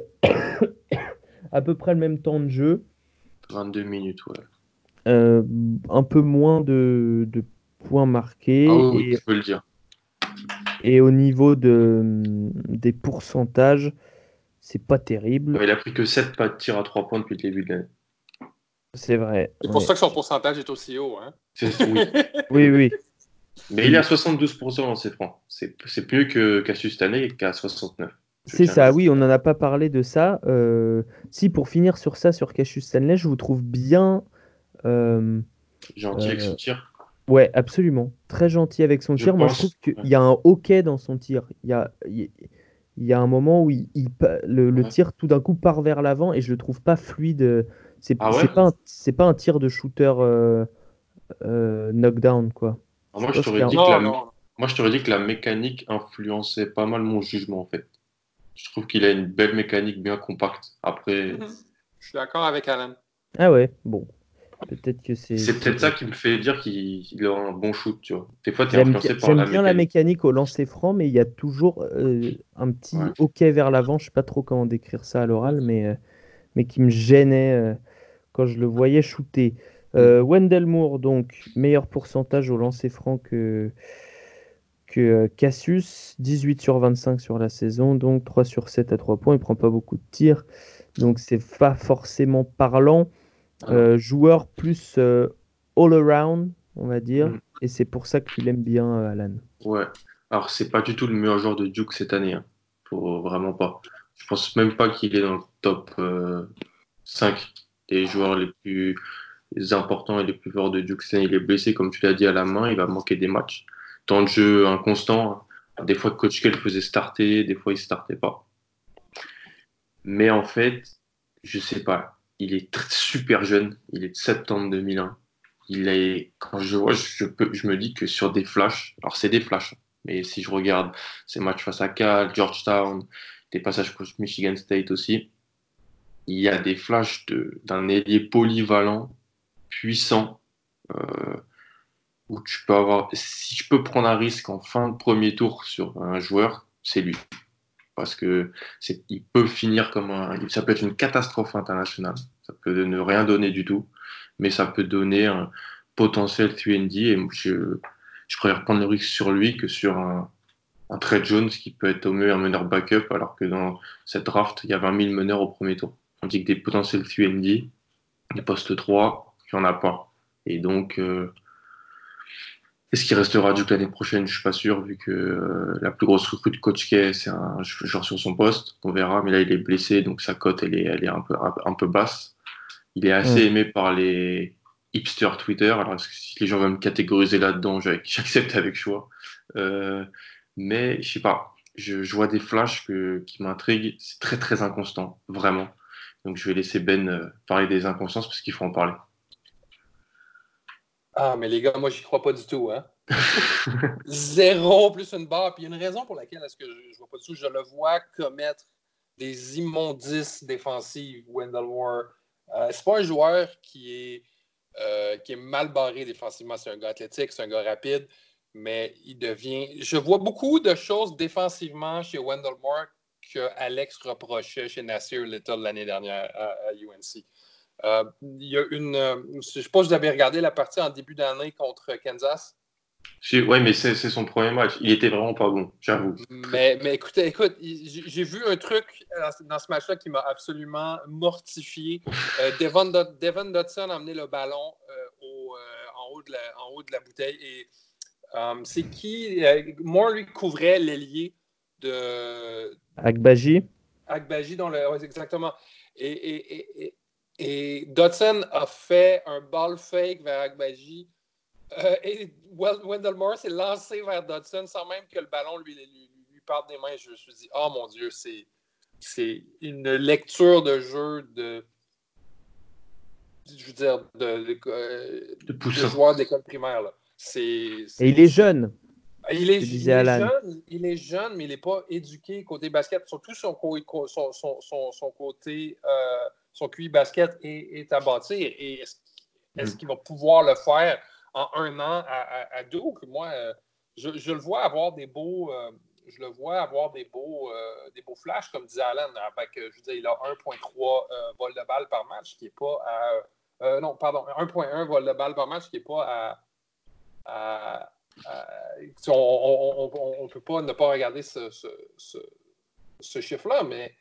à peu près le même temps de jeu. vingt-deux minutes, ouais. Euh, un peu moins de, de points marqués. Ah oui, oui, et, je peux le dire. et au niveau de, des pourcentages, c'est pas terrible. Il a pris que sept pas de tir à trois points depuis le début de l'année. C'est vrai. C'est pour ouais. ça que son pourcentage est aussi haut. Hein? C'est- Oui. Oui, oui. Mais il est à soixante-douze pour cent dans ses francs. C'est c'est mieux que Cassius cette année qu'à soixante-neuf. Je C'est tiens à ça, le oui, dire. on n'en a pas parlé de ça. Euh, si, pour finir sur ça, sur Cassius Stanley, je vous trouve bien. euh, Gentil avec euh, son tir. ouais, absolument. Très gentil avec son Je tir. Moi, je pense, trouve qu'il ouais. y a un hockey dans son tir. Il y a, il il y a un moment où il, il pa- le, le Ouais. tir, tout d'un coup, part vers l'avant et je le trouve pas fluide. C'est Ah c'est ouais pas, un- c'est pas un tir de shooter euh, euh, knockdown, quoi. Alors moi, Je je pense t'aurais qu'il y a dit un- que la, Non, non. moi, je t'aurais dit que la mécanique influençait pas mal mon jugement, en fait. Je trouve qu'il a une belle mécanique bien compacte. Après, Mhm. Je suis d'accord avec Alan. Ah ouais, bon. Peut-être que c'est. c'est c'est peut-être vrai. ça qui me fait dire qu'il il a un bon shoot, tu vois. Des fois, tu es J'aime bien, influencé par j'aime la bien la mécanique. mécanique au lancer franc, mais il y a toujours euh, un petit Ouais. hockey vers l'avant. Je sais pas trop comment décrire ça à l'oral, mais, euh, mais qui me gênait euh, quand je le voyais shooter. Euh, Wendell Moore, donc, meilleur pourcentage au lancer franc que, que euh, Cassius, dix-huit sur vingt-cinq sur la saison, donc trois sur sept à trois points. Il prend pas beaucoup de tirs, donc c'est pas forcément parlant. Ah non. Euh, joueur plus euh, all-around, on va dire, Mm. et c'est pour ça que tu l'aimes bien, euh, Alan. Ouais. Alors, c'est pas du tout le meilleur joueur de Duke cette année. Hein. Faut vraiment pas. Je pense même pas qu'il est dans le top euh, cinq des joueurs les plus importants et les plus forts de Duke cette année. Il est blessé, comme tu l'as dit, à la main. Il va manquer des matchs. Temps de jeu inconstant. Des fois, Coach Kell faisait starter. Des fois, il startait pas. Mais en fait, je sais pas. Il est tr- super jeune. Il est de septembre deux mille un. Il est, quand je vois, je, peux, je me dis que sur des flashs, alors c'est des flashs, mais si je regarde ces matchs face à Cal, Georgetown, des passages contre Michigan State aussi, il y a des flashs de, d'un ailier polyvalent, puissant, euh, où tu peux avoir, si je peux prendre un risque en fin de premier tour sur un joueur, c'est lui. Parce que c'est, il peut finir comme un, ça peut être une catastrophe internationale. Ça peut ne rien donner du tout, mais ça peut donner un potentiel trois and D et je, je préfère prendre le risque sur lui que sur un, un Trey Jones qui peut être au mieux un meneur backup, alors que dans cette draft, il y a vingt mille meneurs au premier tour. On dit que des potentiels trois and D, des postes trois, il n'y en a pas. Et donc, euh, est-ce qu'il restera Duke l'année prochaine? Je suis pas sûr, vu que euh, la plus grosse recrue de Coach K, c'est un joueur sur son poste. On verra, mais là, il est blessé, donc sa cote, elle est, elle est un, peu, un, un peu basse. Il est assez mmh. aimé par les hipsters Twitter. Alors, si les gens veulent me catégoriser là-dedans, j'accepte avec choix. Euh, mais, je sais pas, je, je vois des flashs que, qui m'intriguent. C'est très, très inconstant, vraiment. Donc, je vais laisser Ben euh, parler des inconstances parce qu'il faut en parler. Ah, mais les gars, moi, j'y crois pas du tout. Hein? Zéro plus une barre. Puis il y a une raison pour laquelle est-ce que je ne vois pas du tout. Je le vois commettre des immondices défensives, Wendell Moore. Euh, c'est pas un joueur qui est, euh, qui est mal barré défensivement. C'est un gars athlétique, c'est un gars rapide, mais il devient... Je vois beaucoup de choses défensivement chez Wendell Moore que Alex reprochait chez Nasir Little l'année dernière à, à U N C. Euh, il y a une... Euh, je ne sais pas si vous avez regardé la partie en début d'année contre Kansas. Oui, mais c'est, c'est son premier match. Il était vraiment pas bon, j'avoue. Mais, mais écoutez, écoute, j'ai vu un truc dans ce match-là qui m'a absolument mortifié. Euh, Devon, Devon Dotson a amené le ballon euh, au, euh, en, haut de la, en haut de la bouteille. Et um, c'est qui? Euh, Moore, lui, couvrait l'ailier de... Agbaji. Agbaji, dans le... Ouais, exactement. Et, et, et, et, et Dotson a fait un ball fake vers Agbaji. Euh, et Wendell Moore s'est lancé vers Dodson sans même que le ballon lui, lui, lui parte des mains. Je me suis dit, oh mon Dieu, c'est, c'est une lecture de jeu de, je veux dire, de, de, de, de, de joueur d'école primaire. Là. C'est, c'est... Et il est jeune. Il est, il, est jeune, il est jeune, mais il n'est pas éduqué côté basket. Surtout son, son, son, son, son côté, euh, son Q I basket est, est à bâtir. Et est-ce, est-ce qu'il va pouvoir le faire en un an à, à, à Duke? Moi, euh, je, je le vois avoir des beaux, euh, je le vois avoir des beaux, euh, des beaux flashs, comme disait Alan, avec, je veux dire, il a un virgule trois euh, vol de balle par match, qui n'est pas à, euh, non, pardon, un virgule un vol de balle par match, qui n'est pas à, à, à on ne peut pas ne pas regarder ce, ce, ce, ce chiffre-là, mais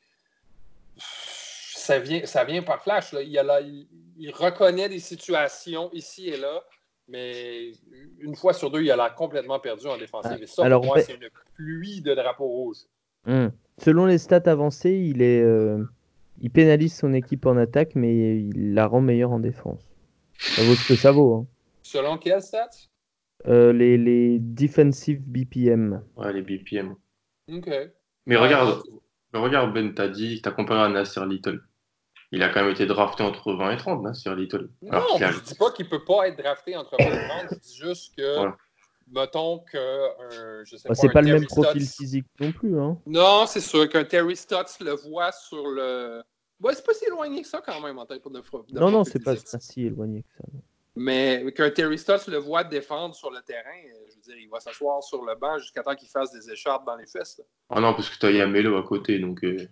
ça vient, ça vient par flash. Là. Il, a là, il, il reconnaît des situations ici et là, mais une fois sur deux, il a l'air complètement perdu en défensive. Et ça, Alors, pour moi, fait... c'est une pluie de drapeaux rouges. Hum. Selon les stats avancées, il, est, euh, il pénalise son équipe en attaque, mais il la rend meilleure en défense. Ça vaut ce que ça vaut. Hein. Selon quelles stats? euh, les, les defensive B P M. Ouais, les B P M. OK. Mais ouais, regarde, mais regarde, Ben, t'as dit, t'as comparé à Nasir Little. Il a quand même été drafté entre vingt et trente, Nasir Little. Non, Alors a... je ne dis pas qu'il ne peut pas être drafté entre vingt et trente, je dis juste que, ouais. mettons que, euh, je sais bah, pas, c'est pas le Terry même profil Stotts... physique non plus. Hein. Non, c'est sûr qu'un Terry Stotts le voit sur le... Ouais, c'est pas si éloigné que ça quand même en tête pour de, de Non, non, c'est pas, pas si éloigné que ça. Mais qu'un Terry Stotts le voit défendre sur le terrain, je veux dire, il va s'asseoir sur le banc jusqu'à temps qu'il fasse des écharpes dans les fesses. Là. Ah non, parce que t'as Yamelo à côté, donc... Euh...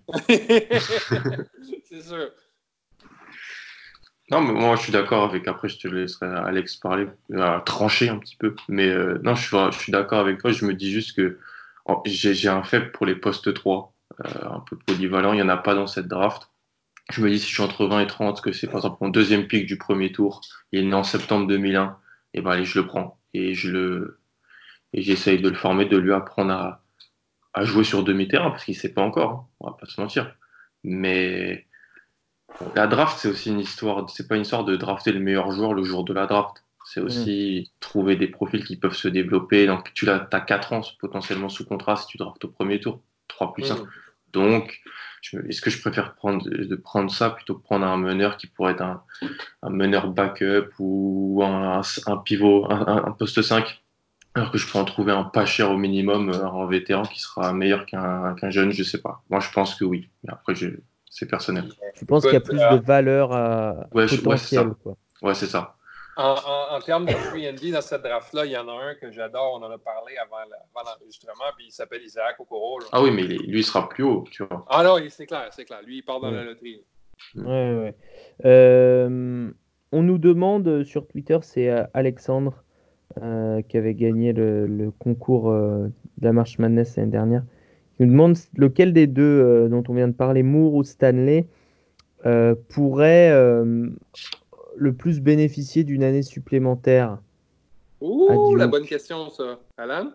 c'est sûr. Non, mais moi, je suis d'accord avec... Après, je te laisserai Alex parler, euh, trancher un petit peu. Mais euh, non, je suis, je suis d'accord avec toi. Je me dis juste que oh, j'ai, j'ai un faible pour les postes trois. Euh, un peu polyvalent. Il n'y en a pas dans cette draft. Je me dis, si je suis entre vingt et trente, que c'est par exemple mon deuxième pick du premier tour, il est né en septembre deux mille un, et ben allez, je le prends. Et je le, et j'essaye de le former, de lui apprendre à, à jouer sur demi-terrain, parce qu'il ne sait pas encore, hein, on va pas se mentir. Mais la draft, c'est aussi une histoire, c'est pas une histoire de drafter le meilleur joueur le jour de la draft. C'est aussi mmh. trouver des profils qui peuvent se développer. Donc, tu as quatre ans potentiellement sous contrat si tu draftes au premier tour, trois plus un. Mmh. Donc, je, est-ce que je préfère prendre, de prendre ça plutôt que prendre un meneur qui pourrait être un, un meneur backup ou un, un pivot, un, un poste cinq, alors que je peux en trouver un pas cher au minimum, un vétéran qui sera meilleur qu'un, qu'un jeune, je sais pas. Moi, je pense que oui. Mais après, je, c'est personnel. Je pense qu'il y a plus de valeur à ouais, potentiel. Ouais, c'est ça. Quoi. Ouais, c'est ça. En, en, en termes de trois and D dans cette draft-là, il y en a un que j'adore, on en a parlé avant, la, avant l'enregistrement, puis il s'appelle Isaac Okoro. Là. Ah oui, mais lui, il sera plus haut, tu vois. Ah non, c'est clair, c'est clair. Lui, il part dans ouais. la loterie. Ouais, ouais. Euh, on nous demande sur Twitter, c'est Alexandre, euh, qui avait gagné le, le concours euh, de la March Madness l'année dernière. Il nous demande lequel des deux euh, dont on vient de parler, Moore ou Stanley, euh, pourrait euh, le plus bénéficier d'une année supplémentaire à Ouh, la Duke. bonne question, ça. Alan?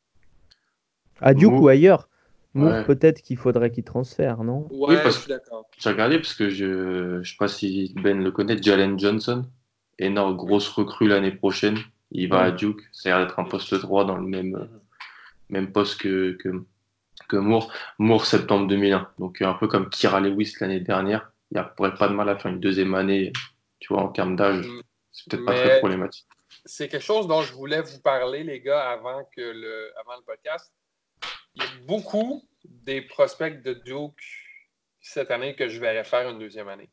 À Duke Moore. ou ailleurs. Moore, Ouais. peut-être qu'il faudrait qu'il transfère, non? Ouais, Oui, parce je suis d'accord. J'ai regardé parce que je je sais pas si Ben le connaît, Jalen Johnson, énorme grosse recrue l'année prochaine. Il va Ouais. à Duke, ça a l'air d'être un poste droit dans le même, Mhm. même poste que, que, que Moore. Moore, septembre deux mille un. Donc un peu comme Kira Lewis l'année dernière. Il n'y pourrait pas de mal à faire une deuxième année, tu vois, en termes d'âge. Mm. C'est peut-être pas très Mais problématique. c'est quelque chose dont je voulais vous parler, les gars, avant, que le, avant le podcast. Il y a beaucoup des prospects de Duke cette année que je verrais faire une deuxième année.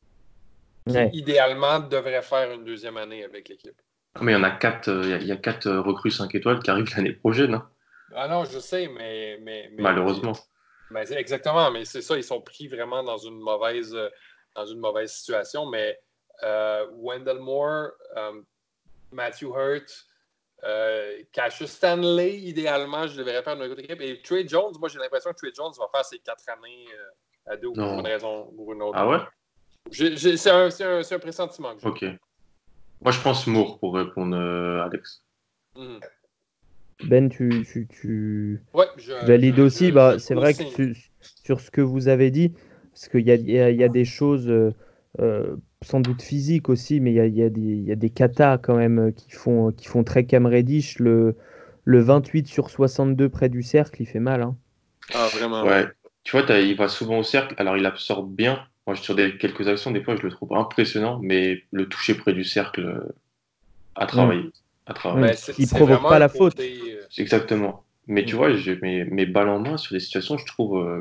Qui, Ouais. idéalement, devraient faire une deuxième année avec l'équipe. Mais il y en a quatre, euh, il y a- il y a quatre euh, recrues cinq étoiles qui arrivent l'année prochaine, hein, Ah non, je sais, mais... mais, mais malheureusement. mais, mais c'est exactement, mais c'est ça, ils sont pris vraiment dans une mauvaise, euh, dans une mauvaise situation. Mais euh, Wendell Moore, euh, Matthew Hurt, euh, Cassius Stanley, idéalement, je le verrais faire une autre équipe. Et Trey Jones, moi, j'ai l'impression que Trey Jones va faire ses quatre années euh, à deux pour Non. une raison ou une autre. Ah ouais? J'ai- j'ai- c'est, un, c'est, un, c'est un pressentiment que j'ai. Ok. Moi, je pense Moore pour répondre, euh, Alex. Mhm. Ben, tu, tu, tu, Ouais, je, tu valides je- aussi. je- Bah, je c'est vrai que co-signe. sur, sur ce que vous avez dit, parce qu'il y a, il y a, il y a des choses euh, euh, sans doute physiques aussi, mais il y a, il y a des, il y a des katas quand même euh, qui font, qui font très Cam Reddish. Le, le vingt-huit sur soixante-deux près du cercle, il fait mal, hein. Ah, vraiment. Ouais, tu vois, t'as- il va souvent au cercle, alors il absorbe bien. Moi, sur des, quelques actions, des fois, je le trouve impressionnant, mais le toucher près du cercle, euh, à travailler. À travailler. Ben, c'est, Il c'est provoque vraiment pas un la faute. côté, euh, Exactement. Mais tu Mm. vois, j'ai mes, mes balles en main sur des situations, je trouve, euh,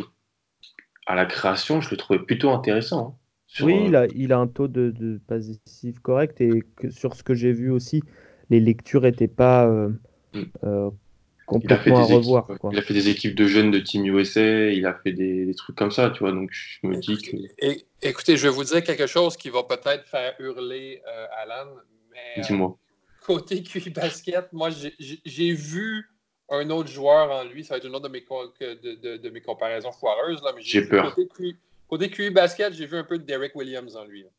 à la création, je le trouvais plutôt intéressant, hein. Sur, Oui, euh, il a, il a un taux de, de passes décisives correct et que, sur ce que j'ai vu aussi, les lectures n'étaient pas euh, mm. euh, il a fait complètement à des équipes, revoir, quoi. il a fait des équipes de jeunes de Team U S A, il a fait des, des trucs comme ça, tu vois, donc je me dis que, é- écoutez, je vais vous dire quelque chose qui va peut-être faire hurler euh, Alan, mais euh, dis-moi. côté Q I basket, moi, j'ai, j'ai- j'ai vu un autre joueur en lui. Ça va être une autre de mes, co- que- de, de- de mes comparaisons foireuses, là, mais j'ai, J'ai vu peur. côté Q I, côté Q I basket, j'ai vu un peu de Derek Williams en lui, là.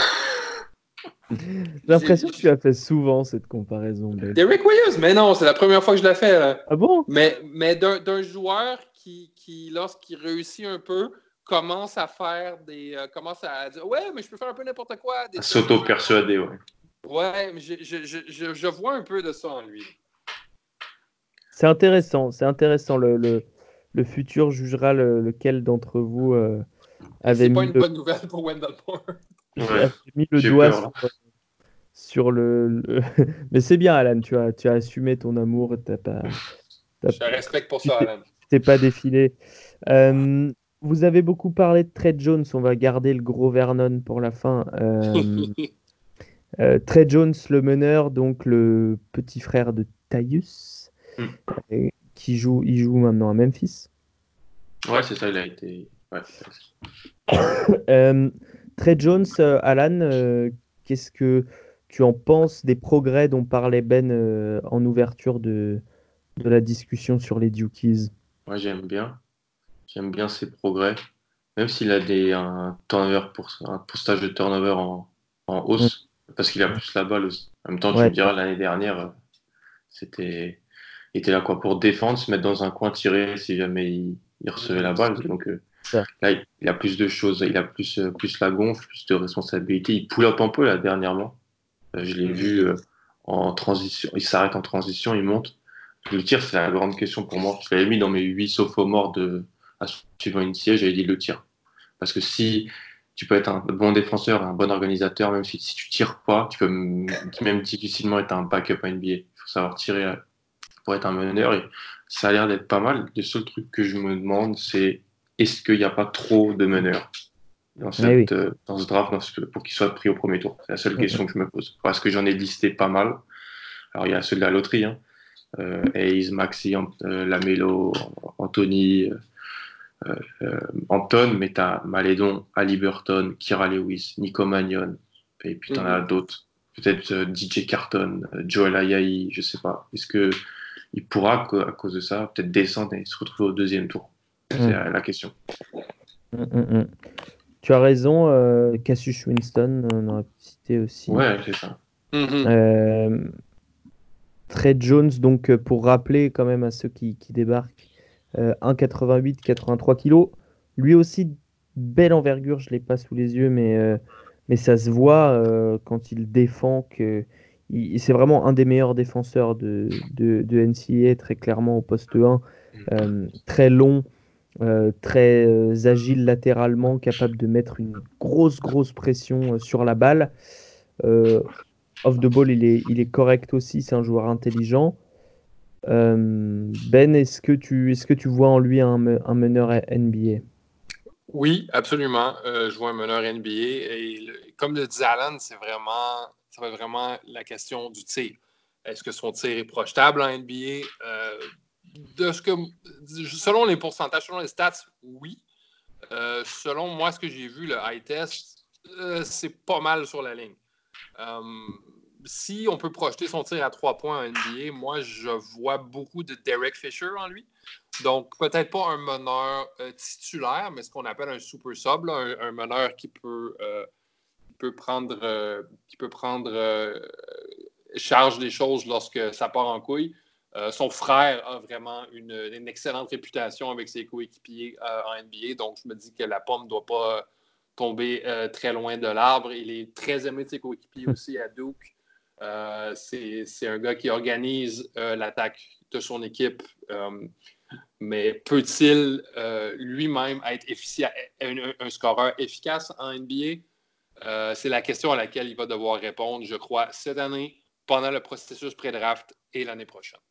J'ai l'impression que tu as fait souvent cette comparaison, Ben. Derek Williams, mais non, c'est la première fois que je la fais, là. Ah bon? Mais, mais d'un, d'un joueur qui, qui, lorsqu'il réussit un peu, commence à faire des. euh, commence à dire ouais, mais je peux faire un peu n'importe quoi. Des À s'auto-persuader, ouais. Ouais, mais je, je, je, je, je vois un peu de ça en lui. C'est intéressant, c'est intéressant. Le, le, le futur jugera le- lequel d'entre vous euh, Et avait c'est pas mis une le, bonne nouvelle pour Wendell Moore. Ouais, avait mis le j'ai doigt peur, là. sur, sur le, le- Mais c'est bien, Alan, tu as, tu as assumé ton amour, t'as pas, t'as- Je te respecte pour tu ça, t'es Alan. tu t'es pas défilé. Euh, vous avez beaucoup parlé de Trey Jones, on va garder le gros Vernon pour la fin. Euh, euh, Trey Jones, le meneur, donc le petit frère de Tyus, Mm. euh, qui joue, il joue maintenant à Memphis. Ouais, c'est ça, il a été. Ouais. Euh, Trey Jones, euh, Alan, euh, qu'est-ce que tu en penses des progrès dont parlait Ben euh, en ouverture de, de la discussion sur les Dukies? Moi, j'aime bien. J'aime bien ses progrès. Même s'il a des, un turnover pour, un pourcentage de turnover en, en Mm. hausse, parce qu'il a plus la balle aussi. En même temps, tu Ouais. me diras, l'année dernière, euh, c'était, il était là quoi pour défendre, se mettre dans un coin, tirer si jamais il, il recevait la balle. Donc euh, Ça. là, il, il a plus de choses, il a plus, euh, plus la gonfle, plus de responsabilités. Il pull up un peu là dernièrement. Euh, je l'ai Mhm. vu euh, en transition. Il s'arrête en transition, il monte. Le tir, c'est la grande question pour moi. Je l'avais mis dans mes huit sophomores de, à suivant une siège, j'avais dit le tir. Parce que si tu peux être un bon défenseur, un bon organisateur, même si, si tu tires pas, tu peux m- même difficilement être un backup N B A. Il faut savoir tirer euh, pour être un meneur. Et ça a l'air d'être pas mal. Le seul truc que je me demande, c'est est-ce qu'il n'y a pas trop de meneurs dans, cette, Eh oui. euh, dans ce draft dans ce- pour qu'ils soient pris au premier tour? C'est la seule Mhm. question que je me pose. Parce que j'en ai listé pas mal. Alors, il y a ceux de la loterie, hein. Euh, Hayes, Maxi, Ant- euh, Lamelo, Anthony, euh, euh, Anton, mais t'as Malédon, Ali Burton, Kira Lewis, Nico Magnon, et puis t'en as Mhm. d'autres. peut-être euh, D J Carton, euh, Joel Ayayi, je sais pas. Est-ce que il pourra, à cause de ça, peut-être descendre et se retrouver au deuxième tour? C'est Mm. la question. Mm, mm, mm. Tu as raison, euh, Cassius Winston, on aurait pu citer aussi. Ouais, c'est ça. Mhm. Euh, Trey Jones, donc euh, pour rappeler quand même à ceux qui, qui débarquent, euh, un virgule quatre-vingt-huit, quatre-vingt-trois kilos. Lui aussi, belle envergure, je ne l'ai pas sous les yeux, mais, euh, mais ça se voit euh, quand il défend que il- c'est vraiment un des meilleurs défenseurs de, de, de N C A A, très clairement au poste un. Euh, très long, euh, très euh, agile latéralement, capable de mettre une grosse, grosse pression euh, sur la balle. Euh, Off the ball, il est, il est correct aussi, c'est un joueur intelligent. Euh, Ben, est-ce que tu, est-ce que tu vois en lui un, me- un meneur N B A? Oui, absolument. Euh, je vois un meneur N B A. Et le- comme le dit Alan, c'est vraiment, ça va être vraiment la question du tir. Est-ce que son tir est projetable en N B A? Euh, de ce que, selon les pourcentages, selon les stats, oui. Euh, selon moi, ce que j'ai vu, le high test, euh, c'est pas mal sur la ligne. Euh, si on peut projeter son tir à trois points en N B A, moi, je vois beaucoup de Derek Fisher en lui. Donc, peut-être pas un meneur euh, titulaire, mais ce qu'on appelle un super sub, là, un, un meneur qui peut, euh, qui peut prendre, euh, qui peut prendre euh, charge des choses lorsque ça part en couille. Euh, son frère a vraiment une, une excellente réputation avec ses coéquipiers euh, en N B A, donc je me dis que la pomme ne doit pas tomber euh, très loin de l'arbre. Il est très aimé de ses coéquipiers aussi à Duke. Euh, c'est, c'est un gars qui organise euh, l'attaque de son équipe. Euh, mais peut-il euh, lui-même être effici- un, un scoreur efficace en N B A? Euh, c'est la question à laquelle il va devoir répondre, je crois, cette année, pendant le processus pré-draft et l'année prochaine.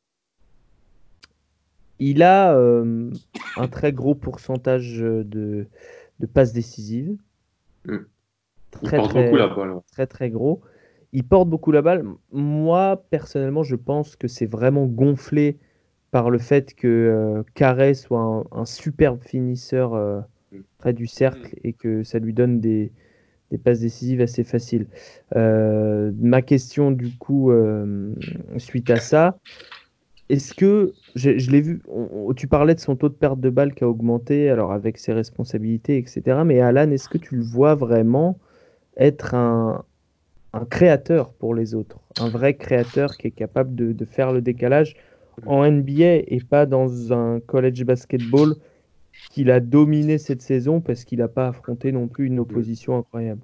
Il a euh, un très gros pourcentage de, de passes décisives. Mm. Il Très, porte beaucoup très, la balle. Ouais. très, très gros. Il porte beaucoup la balle. Moi, personnellement, je pense que c'est vraiment gonflé par le fait que euh, Carré soit un, un superbe finisseur euh, Mm. près du cercle et que ça lui donne des, des passes décisives assez faciles. Euh, ma question, du coup, euh, suite à ça, est-ce que, je, je l'ai vu, on- on- tu parlais de son taux de perte de balle qui a augmenté, alors avec ses responsabilités, et cetera. Mais Alan, est-ce que tu le vois vraiment être un, un créateur pour les autres, un vrai créateur qui est capable de, de faire le décalage en N B A et pas dans un college basketball qu'il a dominé cette saison parce qu'il n'a pas affronté non plus une opposition incroyable.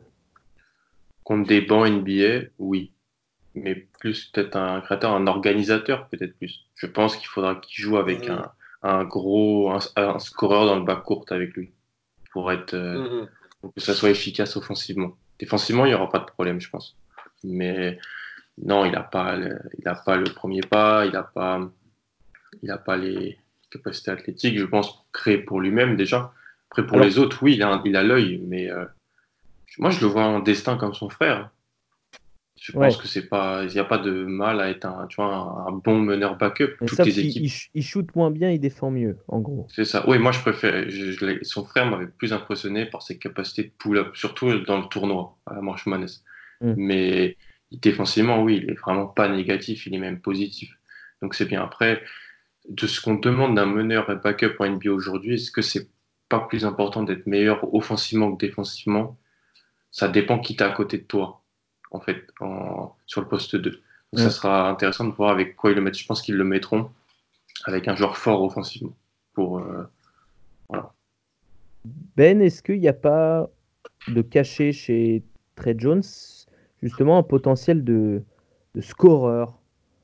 Contre des bancs N B A, oui. Mais plus peut-être un créateur, un organisateur, peut-être plus. Je pense qu'il faudra qu'il joue avec Mm-hmm. un, un gros, un, un scoreur dans le bas court avec lui pour être, euh, Mm-hmm. pour que ça soit efficace offensivement. Défensivement, il n'y aura pas de problème, je pense. Mais non, il n'a pas, le, il a pas le premier pas, il n'a pas, il a pas les capacités athlétiques, je pense, pour créer pour lui-même déjà. Après, pour Alors, les autres, oui, il a, il a l'œil, mais euh, moi, je le vois en destin comme son frère. Je pense ouais. que c'est pas, il n'y a pas de mal à être un, tu vois, un, un bon meneur backup. Mais Toutes sauf les qu'il équipes, il, sh- il shoot moins bien, il défend mieux, en gros. c'est ça. Oui, moi je préfère. Je, je l'ai- son frère m'avait plus impressionné par ses capacités de pull-up, surtout dans le tournoi à la March Madness. Mm. Mais défensivement, oui, il est vraiment pas négatif, il est même positif. Donc c'est bien. Après, de ce qu'on demande d'un meneur et backup en N B A aujourd'hui, est-ce que c'est pas plus important d'être meilleur offensivement que défensivement? Ça dépend qui t'as à côté de toi, en fait, en, sur le poste deux. Donc ça Mm. sera intéressant de voir avec quoi ils le mettent. Je pense qu'ils le mettront avec un joueur fort offensivement. Pour, euh, voilà. Ben, est-ce qu'il n'y a pas de caché chez Trey Jones, justement, un potentiel de, de scoreur?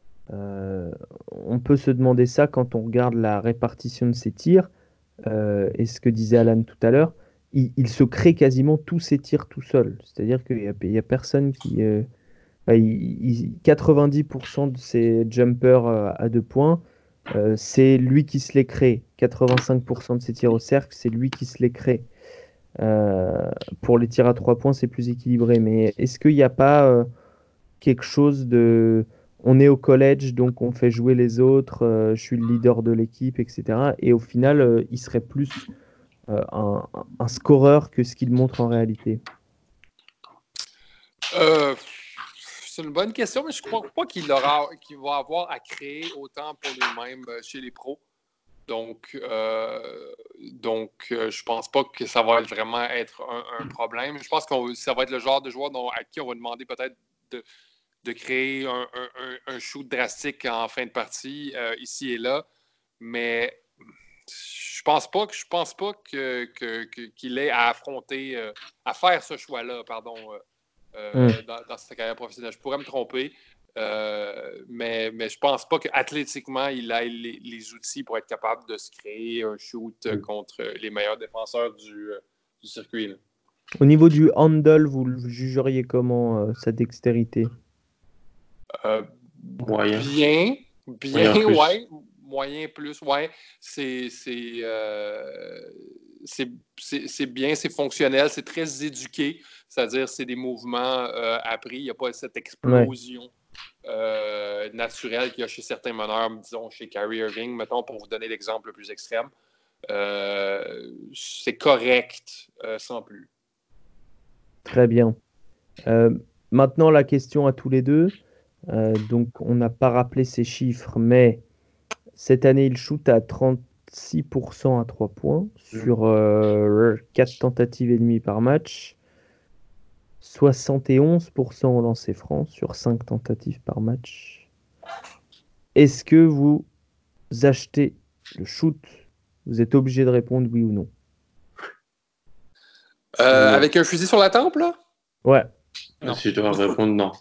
Euh, on peut se demander ça quand on regarde la répartition de ses tirs. Euh, et ce que disait Alan tout à l'heure, il, il se crée quasiment tous ses tirs tout seul. C'est-à-dire qu'il n'y a, il y a personne qui... euh, enfin, il- il- quatre-vingt-dix pour cent de ses jumpers euh, à deux points, euh, c'est lui qui se les crée. quatre-vingt-cinq pour cent de ses tirs au cercle, c'est lui qui se les crée. Euh, pour les tirs à trois points, c'est plus équilibré. Mais est-ce qu'il n'y a pas euh, quelque chose de... On est au college, donc on fait jouer les autres, euh, je suis le leader de l'équipe, et cetera. Et au final, euh, il serait plus euh, un, un scoreur que ce qu'il montre en réalité. Euh, c'est une bonne question, mais je ne crois pas qu'il, aura, qu'il va avoir à créer autant pour lui-même chez les pros. Donc, euh, donc euh, je pense pas que ça va vraiment être un, un problème. Je pense que ça va être le genre de joueur dont, à qui on va demander peut-être de, de créer un, un, un shoot drastique en fin de partie, euh, ici et là. Mais je pense pas que je pense pas que, que, que, qu'il ait à affronter, euh, à faire ce choix-là, pardon, euh, mm. dans, dans sa carrière professionnelle. Je pourrais me tromper. Euh, mais, mais je pense pas qu'athlétiquement, il a les, les outils pour être capable de se créer un shoot mm. contre les meilleurs défenseurs du, du circuit. Là. Au niveau du handle, vous le jugeriez comment, euh, sa dextérité? euh, Moyen. Bien. Bien, moyen ouais. Moyen plus, ouais. C'est, c'est, euh, c'est, c'est, c'est bien, c'est fonctionnel, c'est très éduqué. C'est-à-dire, c'est des mouvements euh, appris. Il n'y a pas cette explosion. Ouais. Euh, naturel qu'il y a chez certains meneurs, disons chez Kyrie Irving, mettons, pour vous donner l'exemple le plus extrême. Euh, c'est correct, euh, sans plus. Très bien. Euh, maintenant, la question à tous les deux. Euh, donc, on n'a pas rappelé ces chiffres, mais cette année, il shoot à trente-six pour cent à trois points sur euh, quatre tentatives et demie par match. soixante et onze pour cent au lancer franc sur cinq tentatives par match. Est-ce que vous achetez le shoot? Vous êtes obligé de répondre oui ou non. Euh, ouais. Avec un fusil sur la tempe, là? Ouais. Non. Si je dois répondre non.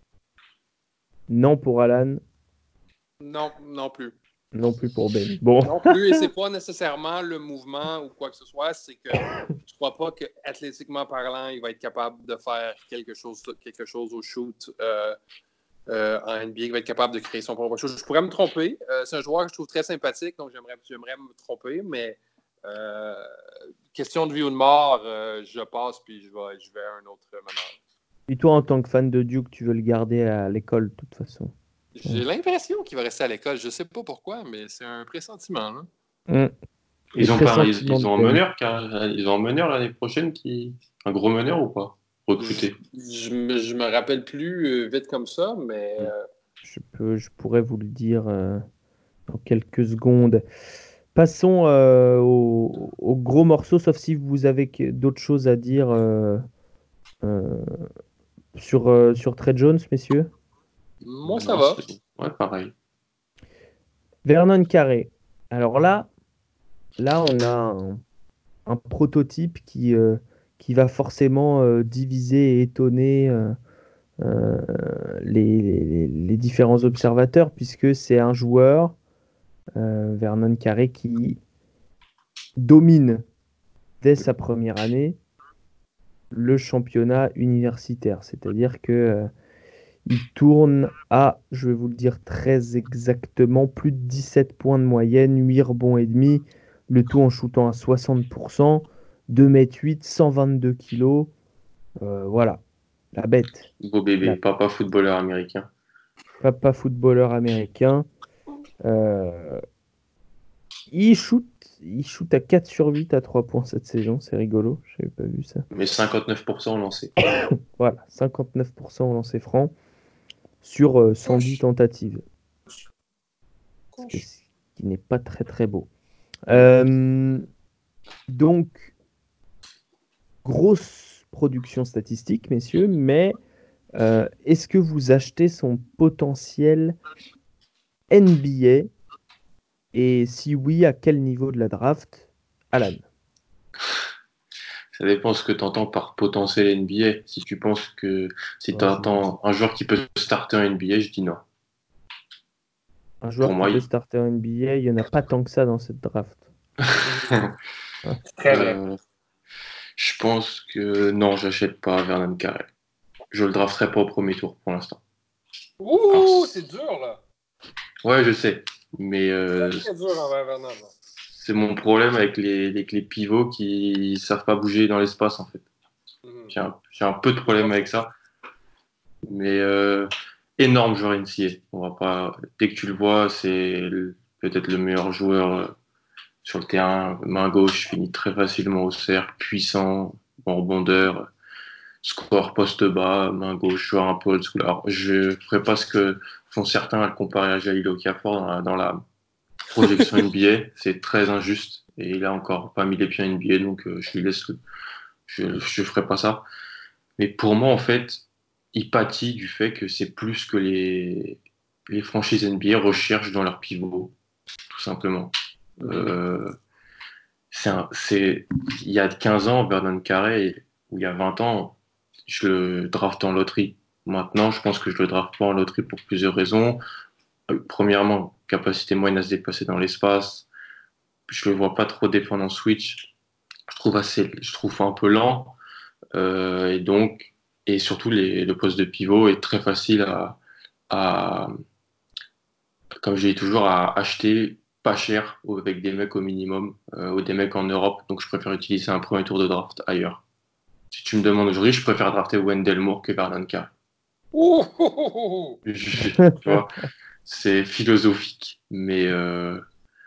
Non pour Alan. Non, non plus. Non plus pour Ben. Bon. Non plus, et c'est pas nécessairement le mouvement ou quoi que ce soit, c'est que je crois pas qu'athlétiquement parlant, il va être capable de faire quelque chose, quelque chose au shoot euh, euh, en N B A, il va être capable de créer son propre shoot. Je pourrais me tromper. Euh, c'est un joueur que je trouve très sympathique, donc j'aimerais, j'aimerais me tromper, mais euh, question de vie ou de mort, euh, je passe puis je vais, je vais à un autre meneur. Et toi, en tant que fan de Duke, tu veux le garder à l'école de toute façon? J'ai ouais. l'impression qu'il va rester à l'école. Je ne sais pas pourquoi, mais c'est un pressentiment. Là. Mmh. Ils, ont pas, ils, ils ont un meneur, car, ils ont un meneur l'année prochaine, qui un gros meneur ou pas recruté? Je ne je me rappelle plus euh, vite comme ça, mais... Euh... Je, peux, je pourrais vous le dire euh, dans quelques secondes. Passons euh, au, au gros morceau, sauf si vous avez d'autres choses à dire euh, euh, sur, euh, sur Trey Jones, messieurs. Moi, ça non, va. Ouais, pareil. Vernon Carey. Alors là, là on a un, un prototype qui, euh, qui va forcément euh, diviser et étonner euh, euh, les, les, les différents observateurs, puisque c'est un joueur, euh, Vernon Carey, qui domine dès sa première année le championnat universitaire. C'est-à-dire que euh, il tourne à, je vais vous le dire très exactement, plus de dix-sept points de moyenne, huit rebonds et demi, le tout en shootant à soixante pour cent, deux mètres huit, cent vingt-deux kilos. Euh, voilà, la bête. Beau bébé, la... papa footballeur américain. Papa footballeur américain. Euh... Il shoot, il shoot à quatre sur huit à trois points cette saison, c'est rigolo, je n'avais pas vu ça. Mais cinquante-neuf pour cent au lancer. Voilà, cinquante-neuf pour cent au lancer franc sur euh, cent dix tentatives. Ce qui n'est pas très très beau. Euh, donc, grosse production statistique, messieurs, mais euh, est-ce que vous achetez son potentiel N B A? Et si oui, à quel niveau de la draft? Alan? Ça dépend ce que tu entends par potentiel N B A. Si tu penses que si tu entends un joueur qui peut starter en N B A, je dis non. Un joueur Pour qui moi, peut il... starter en N B A, il n'y en a pas tant que ça dans cette draft. euh, je pense que non, j'achète pas Vernon Carey. Je le drafterai pas au premier tour pour l'instant. Ouh, Alors, c'est dur là. Ouais, je sais. Mais euh, c'est très dur envers Vernon. C'est mon problème avec les, les, les pivots qui ne savent pas bouger dans l'espace, en fait. Mmh. J'ai, un, j'ai un peu de problème avec ça. Mais euh, énorme joueur N C A A. On va pas... Dès que tu le vois, c'est le, peut-être le meilleur joueur euh, sur le terrain. Main gauche, finit très facilement au cercle, puissant, bon rebondeur. score poste bas, main gauche, joueur un peu old school. Alors, je ne ferai pas ce que font certains à le comparer à Jahlil Okafor dans la, dans la projection N B A. C'est très injuste et il a encore pas mis les pieds en N B A, donc euh, je lui laisse le, je ne ferai pas ça. Mais pour moi, en fait, il pâtit du fait que c'est plus que les, les franchises N B A recherchent dans leur pivot, tout simplement. Euh, c'est un, c'est, il y a quinze ans, Vernon Carey, ou il y a vingt ans, je le draft en loterie. Maintenant, je pense que je le draft pas en loterie pour plusieurs raisons. Euh, premièrement, capacité moyenne à se déplacer dans l'espace. Je le vois pas trop défendre en switch. Je trouve assez, je trouve un peu lent. Euh, et donc, et surtout, les, le poste de pivot est très facile à, à comme je dis toujours, à acheter pas cher avec des mecs au minimum, euh, ou des mecs en Europe. Donc, je préfère utiliser un premier tour de draft ailleurs. Si tu me demandes aujourd'hui, je préfère drafter Wendell Moore que Vernon Carey. Oh, oh, oh, oh. Tu vois, c'est philosophique, mais euh,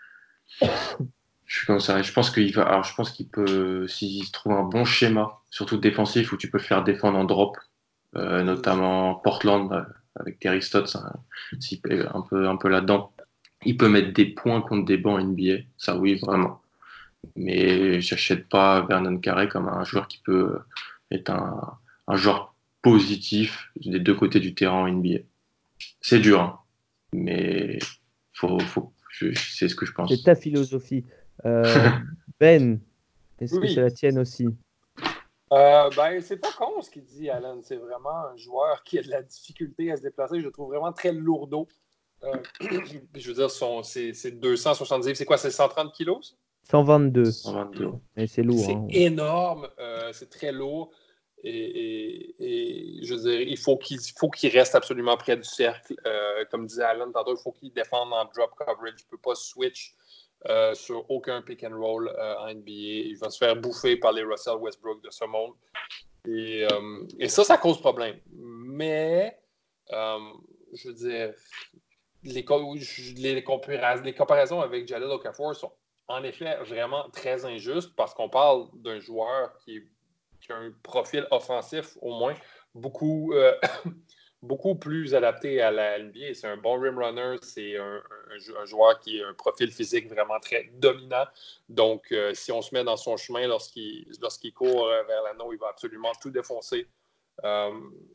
je suis comme ça. Je pense qu'il va. Alors, je pense qu'il peut, s'il trouve un bon schéma, surtout défensif, où tu peux le faire défendre en drop, euh, notamment Portland euh, avec Terry Stotts, hein, s'il est un peu, un peu là-dedans. Il peut mettre des points contre des bancs N B A, ça oui, vraiment. Mais j'achète pas Vernon Carey comme un joueur qui peut être un, un joueur positif des deux côtés du terrain en N B A. C'est dur, hein, mais faut, faut, je, c'est ce que je pense. C'est ta philosophie. Euh, Ben, est-ce Oui. que c'est la tienne aussi? Euh, ben, c'est pas con ce qu'il dit, Alan. C'est vraiment un joueur qui a de la difficulté à se déplacer. Je le trouve vraiment très lourdeau. Euh, je veux dire, son, c'est, c'est deux cent soixante-dix. C'est quoi, c'est cent trente kilos? cent vingt-deux. cent vingt-deux. Et c'est lourd. C'est hein. énorme. Euh, c'est très lourd. Et, et, et je veux dire, il faut qu'il, faut qu'il reste absolument près du cercle. Euh, comme disait Alan tantôt, il faut qu'il défende en drop coverage. Il ne peut pas switch euh, sur aucun pick and roll euh, en N B A. Il va se faire bouffer par les Russell Westbrook de ce monde. Et, euh, et ça, ça cause problème. Mais, euh, je veux dire, les, les, comparaisons, les comparaisons avec Jahlil Okafor sont en effet vraiment très injustes parce qu'on parle d'un joueur qui est qui a un profil offensif, au moins, beaucoup, euh, beaucoup plus adapté à la N B A. C'est un bon rim runner, c'est un, un, un joueur qui a un profil physique vraiment très dominant. Donc, euh, si on se met dans son chemin lorsqu'il, lorsqu'il court vers l'anneau, il va absolument tout défoncer. Euh,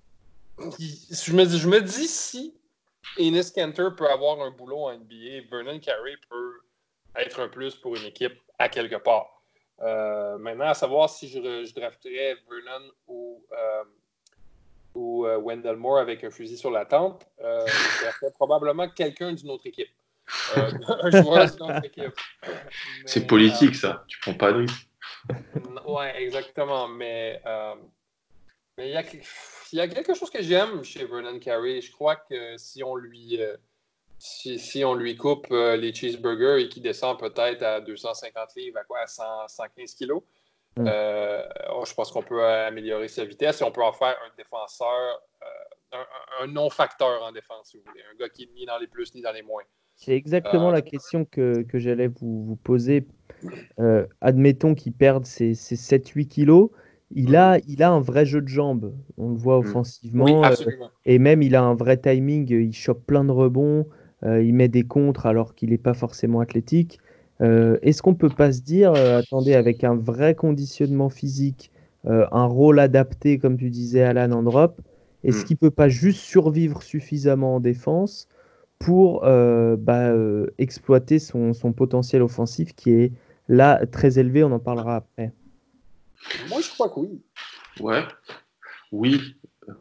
je, me, je me dis, si Enes Kanter peut avoir un boulot en N B A, Vernon Carey peut être un plus pour une équipe à quelque part. Euh, maintenant, à savoir si je, je drafterais Vernon ou, euh, ou euh, Wendell Moore avec un fusil sur la tempe, euh, je drafterais probablement quelqu'un d'une autre équipe. Euh, un joueur d'une autre équipe. Mais, c'est politique, euh, ça. Tu prends pas de risque. Oui, exactement. Mais euh, mais il y a, il y a quelque chose que j'aime chez Vernon Carey. Je crois que si on lui... Euh, Si, si on lui coupe euh, les cheeseburgers et qu'il descend peut-être à deux cent cinquante livres, à quoi, à cent, cent quinze kilos, mm. euh, oh, je pense qu'on peut améliorer sa vitesse et on peut en faire un défenseur, euh, un, un non-facteur en défense, si vous voulez. Un gars qui est ni dans les plus ni dans les moins. C'est exactement euh, la question que, que j'allais vous, vous poser. Euh, admettons qu'il perde ses, ses sept huit kilos. Il, mm. a, il a un vrai jeu de jambes. On le voit offensivement. Oui, absolument. Euh, et même, il a un vrai timing. Il chope plein de rebonds. Euh, il met des contres alors qu'il n'est pas forcément athlétique. Euh, est-ce qu'on ne peut pas se dire, euh, attendez, avec un vrai conditionnement physique, euh, un rôle adapté, comme tu disais, Alan, en drop, est-ce mm. qu'il ne peut pas juste survivre suffisamment en défense pour euh, bah, euh, exploiter son, son potentiel offensif qui est là très élevé? On en parlera après. Moi, je crois que oui. Ouais, oui.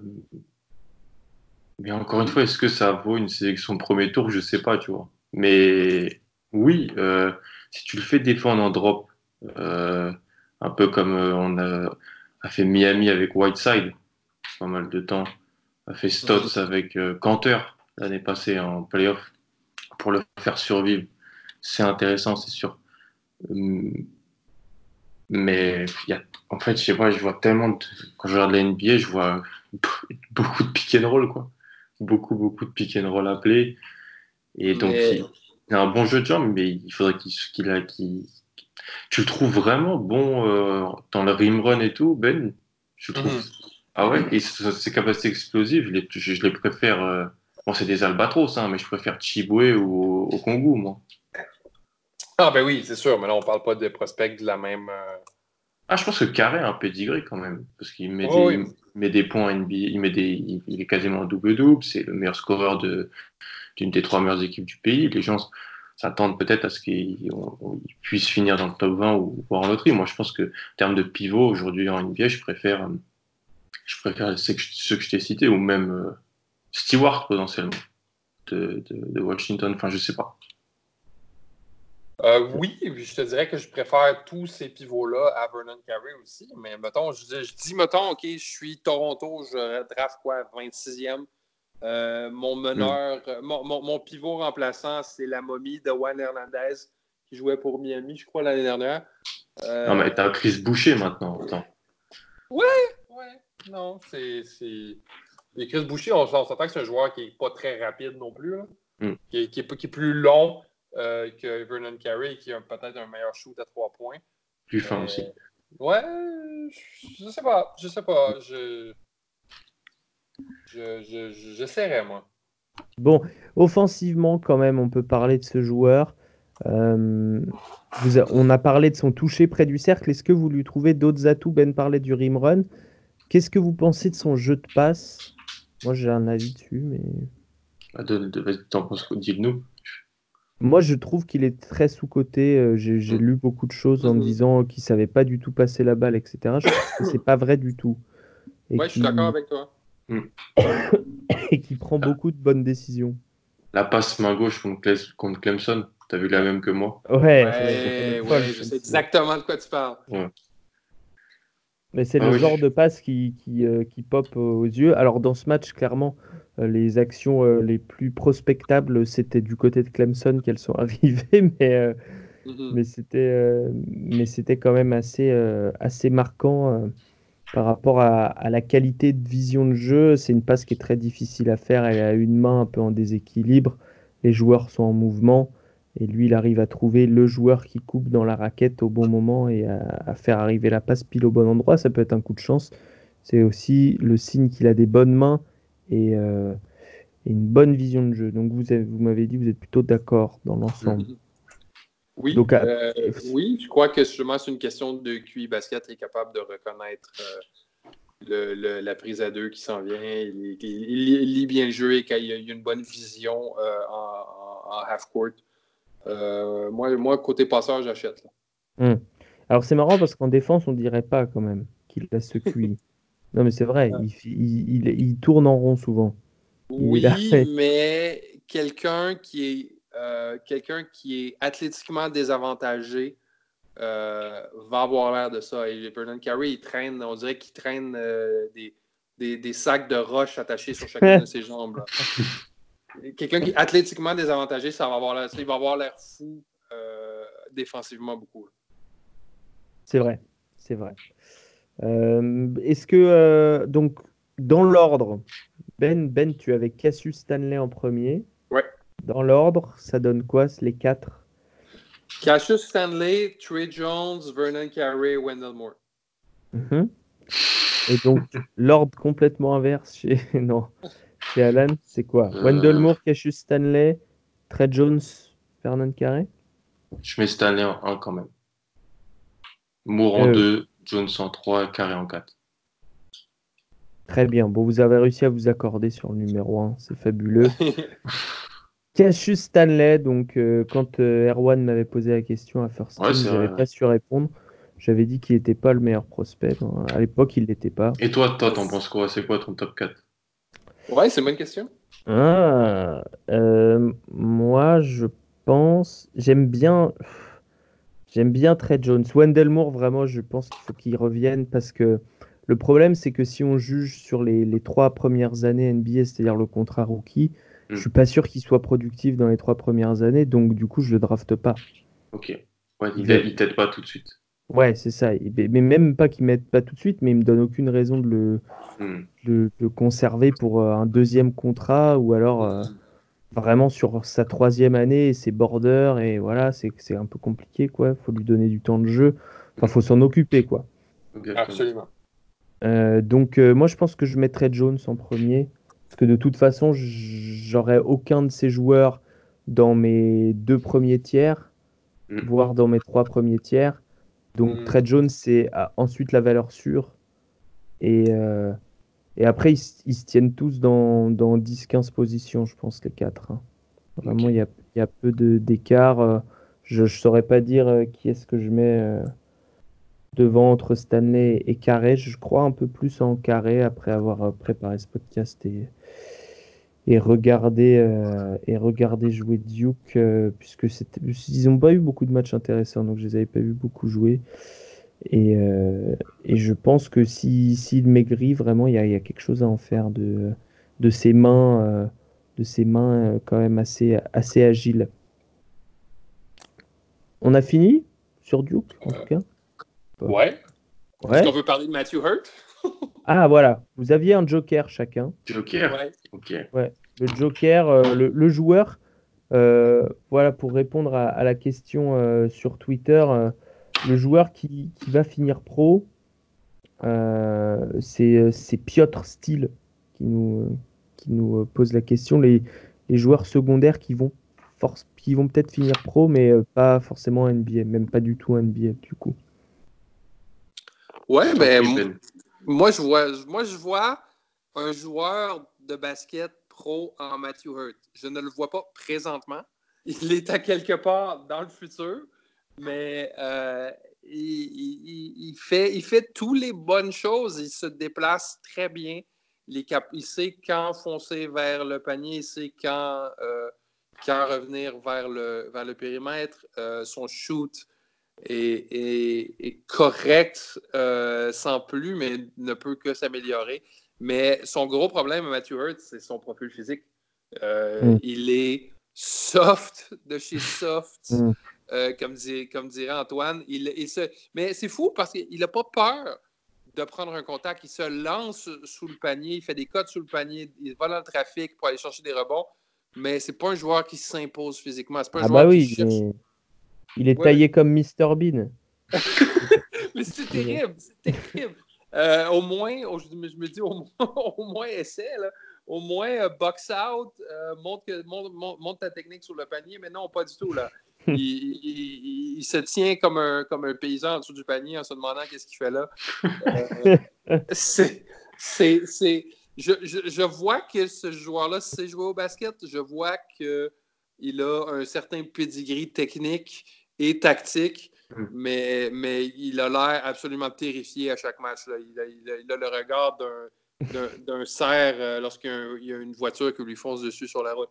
Mais encore une fois, est-ce que ça vaut une sélection de premier tour? Je sais pas, tu vois. Mais oui, euh, si tu le fais défendre en drop, euh, un peu comme euh, on a, a fait Miami avec Whiteside, pas mal de temps, a fait Stotts avec euh, Kanter l'année passée en playoff, pour le faire survivre. C'est intéressant, c'est sûr. Mais y a, en fait, je sais pas, je vois tellement de, quand je regarde la N B A, je vois beaucoup de pick and roll, quoi. Beaucoup, beaucoup de pick and roll appelés. Et donc, mais... il, il a un bon jeu de jambes, mais il faudrait qu'il, qu'il a, qu'il... Tu le trouves vraiment bon euh, dans le rim run et tout, Ben? Je trouve. Mm-hmm. Ah ouais, et ses capacités explosives, je les, je, je les préfère. Euh... Bon, c'est des albatros, hein, mais je préfère Chiboué ou au Congo, moi. Ah, ben oui, c'est sûr, mais là, on parle pas de prospects de la même. Euh... Ah, je pense que Carré a un pedigree quand même, parce qu'il met, Oh, des, oui. il met des points N B A, il, met des, il, il est quasiment double-double, c'est le meilleur scoreur de, d'une des trois meilleures équipes du pays. Les gens s'attendent peut-être à ce qu'il puisse finir dans le top vingt ou voire en loterie. Moi, je pense que en termes de pivot, aujourd'hui en N B A, je préfère, je préfère ceux que, ceux que je t'ai cités, ou même euh, Stewart potentiellement de, de, de Washington. Enfin, je sais pas. Euh, oui, je te dirais que je préfère tous ces pivots-là à Vernon Carey aussi, mais mettons, je, je dis, mettons, OK, je suis Toronto, je draft quoi, vingt-sixième. Euh, mon meneur, mm. mon, mon, mon pivot remplaçant, c'est la momie de Juan Hernandez qui jouait pour Miami, je crois, l'année dernière. Euh... Non, mais t'as Chris Boucher maintenant. Attends. Ouais, ouais, non, c'est... c'est... Et Chris Boucher, on, on s'entend que c'est un joueur qui n'est pas très rapide non plus, là, mm. qui, est, qui, est, qui est plus long. Euh, que Vernon Carey, qui a peut-être un meilleur shoot à trois points. Plus fin euh, aussi. Ouais, je sais pas. Je sais pas. Je, je, je, je, j'essaierai, moi. Bon, offensivement, quand même, on peut parler de ce joueur. Euh, vous a, on a parlé de son toucher près du cercle. Est-ce que vous lui trouvez d'autres atouts? Ben parlait du rim run. Qu'est-ce que vous pensez de son jeu de passe? Moi, j'ai un avis dessus, mais... Ah, de, de, t'en penses quoi? Dis-le-nous. Moi, je trouve qu'il est très sous-coté. Euh, j'ai j'ai mmh. lu beaucoup de choses en me disant qu'il ne savait pas du tout passer la balle, et cetera. Je trouve que ce n'est pas vrai du tout. Oui, je suis d'accord avec toi. Et qui prend beaucoup de bonnes décisions. La passe main gauche contre Clemson, tu as vu la même que moi? Ouais, ouais, ouais, ouais je sais exactement de quoi tu parles. Ouais. Mais c'est ah, le oui, genre je... de passe qui, qui, euh, qui pop aux yeux. Alors, dans ce match, clairement, euh, les actions euh, les plus prospectables, c'était du côté de Clemson qu'elles sont arrivées, mais, euh, mm-hmm. mais, c'était, euh, mais c'était quand même assez, euh, assez marquant euh, par rapport à, à la qualité de vision de jeu. C'est une passe qui est très difficile à faire. Elle a une main un peu en déséquilibre. Les joueurs sont en mouvement. Et lui, il arrive à trouver le joueur qui coupe dans la raquette au bon moment et à, à faire arriver la passe pile au bon endroit. Ça peut être un coup de chance. C'est aussi le signe qu'il a des bonnes mains et, euh, et une bonne vision de jeu. Donc, vous, avez, vous m'avez dit que vous êtes plutôt d'accord dans l'ensemble. Oui, Donc, euh, oui, je crois que justement, c'est une question de Q I Basket est capable de reconnaître euh, le, le, la prise à deux qui s'en vient. Il, il, il, il lit bien le jeu et qu'il y a une bonne vision euh, en, en half-court. Euh, moi, moi, côté passeur, j'achète. Hum. Alors, c'est marrant parce qu'en défense, on dirait pas quand même qu'il a ce Q I. Non, mais c'est vrai, il, il, il, il tourne en rond souvent. Oui, mais quelqu'un qui est euh, quelqu'un qui est athlétiquement désavantagé euh, va avoir l'air de ça. Et Vernon Carey, il traîne, on dirait qu'il traîne euh, des, des, des sacs de roches attachés sur chacune de ses jambes. Là. Quelqu'un qui est athlétiquement désavantagé, ça va avoir l'air, il va avoir l'air fou euh, défensivement beaucoup. Là. C'est vrai, c'est vrai. Euh, est-ce que, euh, donc, dans l'ordre, Ben, Ben, tu avais Cassius Stanley en premier. Ouais. Dans l'ordre, ça donne quoi, les quatre? Cassius Stanley, Trey Jones, Vernon Carey, Wendell Moore. Mm-hmm. Et donc, l'ordre complètement inverse chez... non. Chez Alan, c'est quoi? euh... Wendell Moore, Cassius Stanley, Trey Jones, Vernon Carey? Je mets Stanley en un quand même. Moore en deux, euh... Jones en trois, Carey en quatre. Très bien. Bon, vous avez réussi à vous accorder sur le numéro un. C'est fabuleux. Cassius Stanley, donc euh, quand euh, Erwan m'avait posé la question à First Team, ouais, je n'avais pas su répondre. J'avais dit qu'il n'était pas le meilleur prospect. Hein. À l'époque, il ne l'était pas. Et toi, toi, t'en penses quoi? C'est quoi ton top quatre? Ouais, c'est une bonne question. Ah, euh, moi, je pense... J'aime bien... J'aime bien Trey Jones. Wendell Moore, vraiment, je pense qu'il faut qu'il revienne parce que le problème, c'est que si on juge sur les, les trois premières années N B A, c'est-à-dire le contrat rookie, mm. je suis pas sûr qu'il soit productif dans les trois premières années, donc du coup, je le drafte pas. Ok. Ouais, il, il t'aide pas tout de suite. Ouais, c'est ça. Mais même pas qu'il m'aide pas tout de suite, mais il me donne aucune raison de le, mm. de, de le conserver pour un deuxième contrat ou alors euh, vraiment sur sa troisième année, c'est border et voilà, c'est, c'est un peu compliqué, quoi. Faut lui donner du temps de jeu. Enfin, faut s'en occuper, quoi. Exactement. Absolument. Euh, donc, euh, moi, je pense que je mettrais Jones en premier. Parce que de toute façon, j'aurais aucun de ces joueurs dans mes deux premiers tiers, Mm. voire dans mes trois premiers tiers. Donc, Mm. Trey Jones, c'est ah, ensuite la valeur sûre. Et, euh, et après, ils, s- ils se tiennent tous dans, dans dix quinze positions, je pense, les quatre. Hein. Vraiment, Ok. il y a, il y a peu de- d'écart. euh, Je ne saurais pas dire euh, qui est-ce que je mets euh, devant entre Stanley et Carré. Je crois un peu plus en Carré après avoir euh, préparé ce podcast et, et regardé, euh, et regardé jouer Duke, euh, puisque c'était, ils n'ont pas eu beaucoup de matchs intéressants, donc je les avais pas vu beaucoup jouer. Et, euh, et je pense que si, s'il maigrit, vraiment, il y a, il y a quelque chose à en faire de, de ses mains, euh, de ses mains euh, quand même assez, assez agiles. On a fini sur Duke, en tout Euh, cas? Pas. ouais. Est-ce qu'on Ouais. veut parler de Matthew Hurt? Ah, voilà. Vous aviez un joker chacun. Joker. Ouais. Ok. Ouais. Le joker, euh, le, le joueur, euh, voilà, pour répondre à, à la question euh, sur Twitter, euh, le joueur qui, qui va finir pro, euh, c'est, c'est Piotr Steele qui nous, qui nous euh, pose la question. Les, les joueurs secondaires qui vont, force, qui vont peut-être finir pro, mais euh, pas forcément N B A, même pas du tout N B A du coup. Ouais, Je t'en ben, prie, m- Ben. moi, je vois, moi, je vois un joueur de basket pro en Matthew Hurt. Je ne le vois pas présentement. Il est à quelque part dans le futur, mais euh, il, il- il fait, il fait toutes les bonnes choses. Il se déplace très bien. Il, est cap- il sait quand foncer vers le panier, il sait quand, euh, quand revenir vers le, vers le périmètre. Euh, son shoot est, est- est correct euh, sans plus, mais ne peut que s'améliorer. Mais son gros problème à Matthew Hurt, c'est son profil physique. Euh, Mm. il est soft de chez soft, Mm. euh, comme, dit, comme dirait Antoine. Il, il se, mais c'est fou parce qu'il n'a pas peur de prendre un contact. Il se lance sous le panier, il fait des cotes sous le panier, il va dans le trafic pour aller chercher des rebonds. Mais c'est pas un joueur qui s'impose physiquement. C'est pas un Ah bah joueur qui oui, il cherche. est, il est Ouais, taillé comme mister Bean. mais c'est Il est- terrible, c'est terrible. Euh, au moins, au- je, me je me dis au moins, au moins essai, là. Au moins euh, box out, euh, montre, que- montre- montre- montre ta technique sur le panier, mais non, pas du tout. Là. Il, il- il- il se tient comme un, comme un paysan en dessous du panier en se demandant qu'est-ce qu'il fait là. Euh, c'est, c'est, c'est, je, je, je vois que ce joueur-là sait jouer au basket. Je vois qu'il a un certain pedigree technique et tactique, Mm. mais, mais il a l'air absolument terrifié à chaque match. Là. Il, a, il, a, il a le regard d'un, d'un, d'un cerf euh, lorsqu'il y a, un, il y a une voiture qui lui fonce dessus sur la route.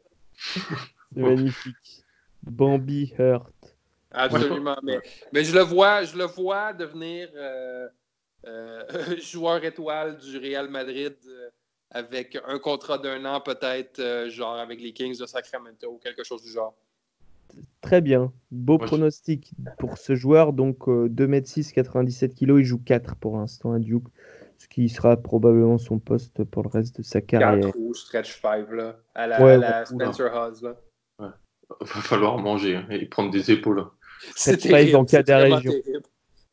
C'est magnifique. Bambi Hurt. Absolument. Mais, mais je le vois, je le vois devenir euh, euh, joueur étoile du Real Madrid euh, avec un contrat d'un an peut-être, euh, genre avec les Kings de Sacramento ou quelque chose du genre. Très bien. Beau Moi, je- pronostic pour ce joueur. Donc euh, deux mètres six, quatre-vingt-dix-sept kilos. Il joue quatre pour l'instant à Duke. Ce qui sera probablement son poste pour le reste de sa carrière. quatre ou stretch cinq là, à la, Ouais, à la ouais, Spencer Hawes. Là. Ouais. Va falloir manger hein, et prendre des épaules. hein. C'est Stretch five en terrible, cas c'est vraiment d'adhésion. terrible.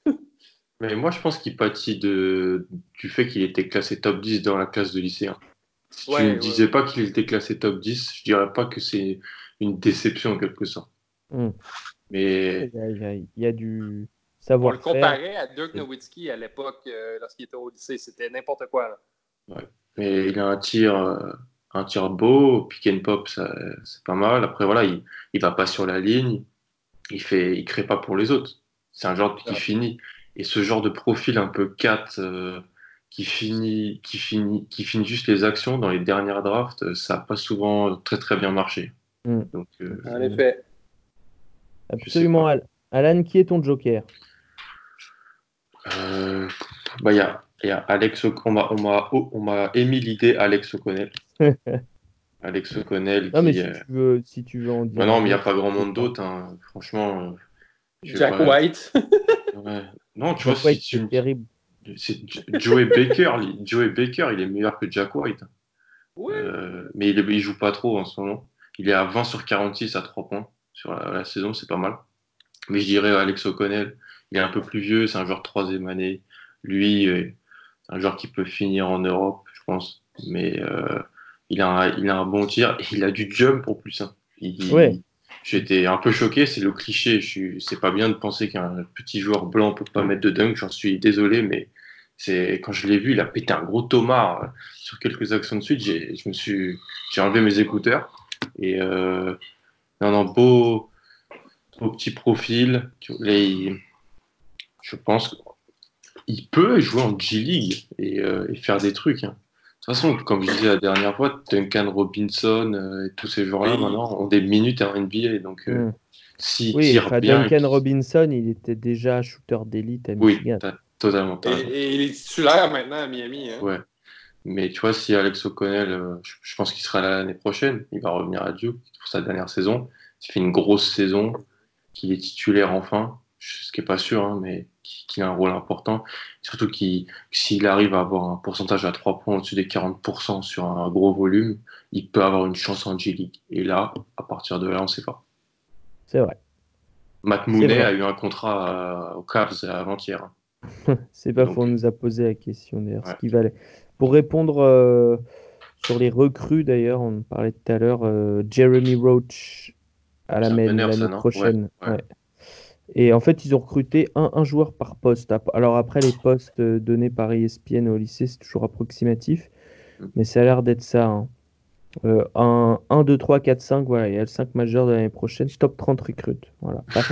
Mais moi, je pense qu'il pâtit de... du fait qu'il était classé top dix dans la classe de lycéen. Si tu Ouais, ne me ouais, disais ouais. pas qu'il était classé top dix, je dirais pas que c'est une déception en quelque sorte. Hmm. Mais Il y a, il y a- il y a du On le savoir-faire. comparait à Dirk Nowitzki à l'époque, euh, lorsqu'il était au lycée. C'était n'importe quoi. Là. Ouais. Mais il a un tir, euh, un tir beau, pick and pop, ça, c'est pas mal. Après, voilà, il, il va pas sur la ligne, il fait, il crée pas pour les autres. C'est un genre qui Ouais. finit. Et ce genre de profil un peu quatre, euh, qui finit, qui finit, qui finit juste les actions dans les dernières drafts, euh, ça a pas souvent très très bien marché. Hmm. Donc, euh, En effet. je sais Absolument, pas. Al- Alan, qui est ton joker? Euh, bah, il y a, il y a Alex, O- on m'a, on m'a, oh, on m'a émis l'idée Alex O'Connell. Alex O'Connell Non, mais qui, si euh, tu veux, si tu veux en dire bah non, un mais il n'y a autre, pas grand je sais monde pas. d'autres. hein. Franchement, euh, je vais Jack pas- White. ouais. Non, tu vois, Jack si White, tu me c'est terrible. c'est Jo- Joey Baker, lui- Joey Baker, il est meilleur que Jack White. Oui. Euh, mais il, est- il joue pas trop en ce moment. Il est à vingt sur quarante-six à trois points sur la, la saison, c'est pas mal. Mais je dirais Alex O'Connell, il est un peu plus vieux, c'est un joueur de troisième année. Lui, euh, un joueur qui peut finir en Europe, je pense. Mais euh, il, a un, il a un bon tir et il a du jump en plus. Hein. Il, Ouais. J'étais un peu choqué, c'est le cliché. Je suis, c'est pas bien de penser qu'un petit joueur blanc peut pas mettre de dunk. J'en suis désolé, mais c'est quand je l'ai vu, il a pété un gros tomard euh, sur quelques actions de suite. J'ai, je me suis, j'ai enlevé mes écouteurs et euh, non, non, beau, beau petit profil. Là, il, je pense qu'il peut jouer en G League et, euh, et faire des trucs. Hein. De toute façon, comme je disais la dernière fois, Duncan Robinson euh, et tous ces joueurs-là, Oui. maintenant, ont des minutes en N B A. Donc, euh, Mm. s'ils Oui, tirent enfin, bien... Duncan qu'ils- Robinson, il était déjà shooter d'élite à Oui, Michigan. t'as totalement Et, raison. et il est titulaire maintenant à Miami. Hein? Ouais. Mais tu vois, si Alex O'Connell, euh, je, je pense qu'il sera là l'année prochaine, il va revenir à Duke pour sa dernière saison. Il fait une grosse saison, qu'il est titulaire enfin, ce qui n'est pas sûr, hein, mais qu'il qu'il a un rôle important. Surtout qu'il, que s'il arrive à avoir un pourcentage à trois points au-dessus des quarante pour cent sur un gros volume, il peut avoir une chance en G League. Et là, à partir de là, on ne sait pas. C'est vrai. Matt C'est Mooney vrai. a eu un contrat euh, aux Cavs avant-hier. Hein. C'est pas Donc, faux, on nous a posé la question d'ailleurs, ce ouais. qui valait. Pour répondre euh, sur les recrues d'ailleurs, on en parlait tout à l'heure, euh, Jeremy Roach à la C'est un Maine meneur, ça, l'année non? Ouais, prochaine. ouais. Ouais. Et en fait, ils ont recruté un, un joueur par poste. Ap- Alors après, les postes euh, donnés par E S P N au lycée, c'est toujours approximatif, Mm. mais ça a l'air d'être ça. Hein. Euh, un, un, deux, trois, quatre, cinq, voilà, il y a le cinq majeur de l'année prochaine, top trente recrutes. Voilà, paf.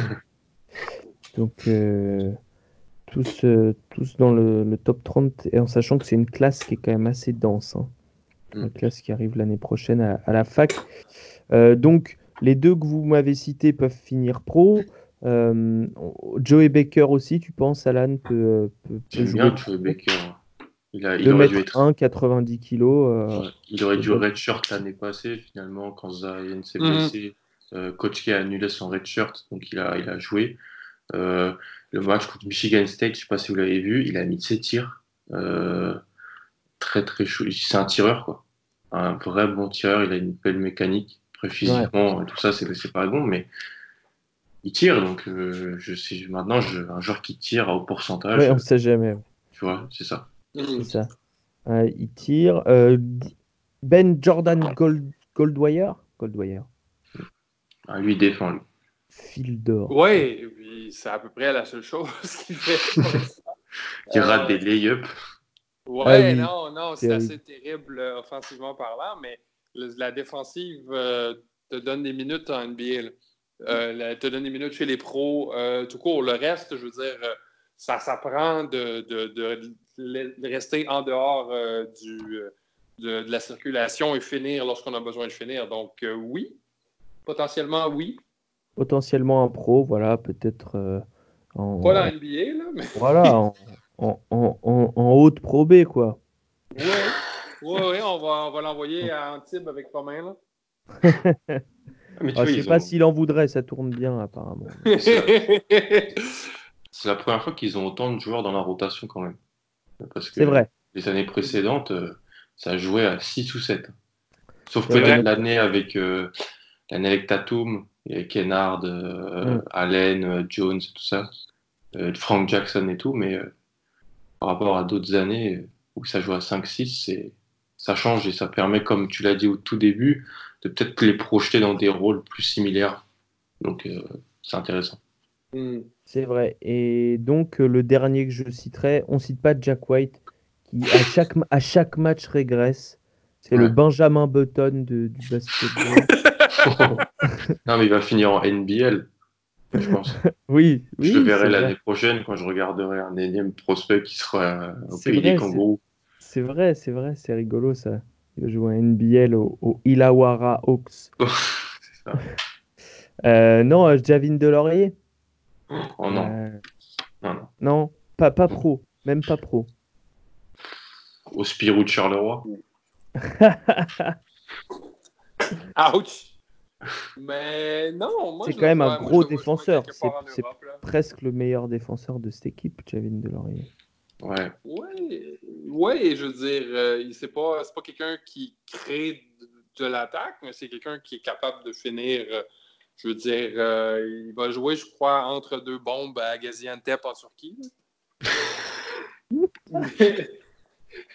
Donc, euh, tous, euh, tous dans le, le top trente, et en sachant que c'est une classe qui est quand même assez dense. Hein. Mm. Une classe qui arrive l'année prochaine à, à la fac. Euh, donc, les deux que vous m'avez cités peuvent finir pro. Euh, Joey Baker aussi, tu penses, Alan, peut, peut, peut J'aime jouer bien Joey pro. Baker. Il, a, il deux aurait dû mètres être. un, quatre-vingt-dix kilos. Euh, Ouais. Il aurait c'est dû bon. redshirt l'année passée, finalement, quand Zion s'est Mhm. blessé. Euh, Coach K a annulé son redshirt, donc il a, il a joué. Euh, le match contre Michigan State, je ne sais pas si vous l'avez vu, il a mis ses tirs. Euh, très, très chaud. C'est un tireur, quoi. Un vrai bon tireur, il a une belle mécanique. Après, Ouais. physiquement, tout ça, c'est, c'est pas bon, mais il tire. Donc, euh, je sais, maintenant, je, un joueur qui tire au pourcentage, Ouais, on sait jamais. tu vois, c'est ça. C'est ça. Ouais, il tire. Euh, Ben Jordan Gold, Goldwire. Goldwire. Ah, lui, il défend, lui. Fil d'or. Oui, c'est à peu près la seule chose qu'il fait. Il rate Euh, des lay-ups. Ouais, Ah oui, non, non, c'est terrible. assez terrible euh, offensivement parlant, mais le- la défensive euh, te donne des minutes en N B A. là. Euh, la- te donne des minutes chez les pros, euh, tout court. Le reste, je veux dire, euh, ça s'apprend de, de, de, de rester en dehors euh, du, euh, de, de la circulation et finir lorsqu'on a besoin de finir. Donc, euh, oui, potentiellement, oui. Potentiellement un pro, voilà, peut-être euh, en, Pas dans N B A, là, mais voilà, en, en, en, en- en haute Pro B, quoi. ouais, ouais, ouais, on va, on va l'envoyer à Antibes avec Romain, là. Ah, mais tu Ah, vois, je sais ils pas ont... s'il en voudrait, ça tourne bien apparemment. C'est la première fois qu'ils ont autant de joueurs dans la rotation quand même. Parce C'est que vrai. les années précédentes, euh, ça jouait à six ou sept. Sauf C'est vrai, peut-être mais- l'année avec, euh, l'année avec Tatum, et Kennard, euh, Mm. Allen, euh, Jones, tout ça. Euh, Frank Jackson et tout, mais euh, par rapport à d'autres années euh, où ça joue à cinq six, c'est... ça change et ça permet, comme tu l'as dit au tout début, de peut-être les projeter dans des rôles plus similaires. Donc euh, c'est intéressant. Hmm. C'est vrai. Et donc, euh, le dernier que je citerai, on cite pas Jack White, qui à chaque, ma- à chaque match régresse. C'est le Ouais. Benjamin Button de- du basketball. Non, mais il va finir en N B L, je pense. Oui, Je le oui, verrai c'est l'année vrai. prochaine quand je regarderai un énième prospect qui sera au C'est pays des vrai, c'est kangourous. c'est vrai, c'est vrai, c'est rigolo ça. Il va jouer en N B L au, au Illawarra Hawks. C'est ça. Euh, non, euh, Javin Delorier. Oh non, Euh, non, non. non, pas, pas pro, même pas pro. Au Spirou de Charleroi. Ouch! Mais non, moi C'est je quand le même un vois, moi, gros je le vois jouer défenseur. quelque C'est part en c'est Europe, là. presque le meilleur défenseur de cette équipe, Javin Delorier. Ouais. Ouais, ouais, je veux dire, euh, il- c'est pas, c'est pas quelqu'un qui crée de, de l'attaque, mais c'est quelqu'un qui est capable de finir. euh, je veux dire, euh, il va jouer, je crois, entre deux bombes à Gaziantep en Turquie. là.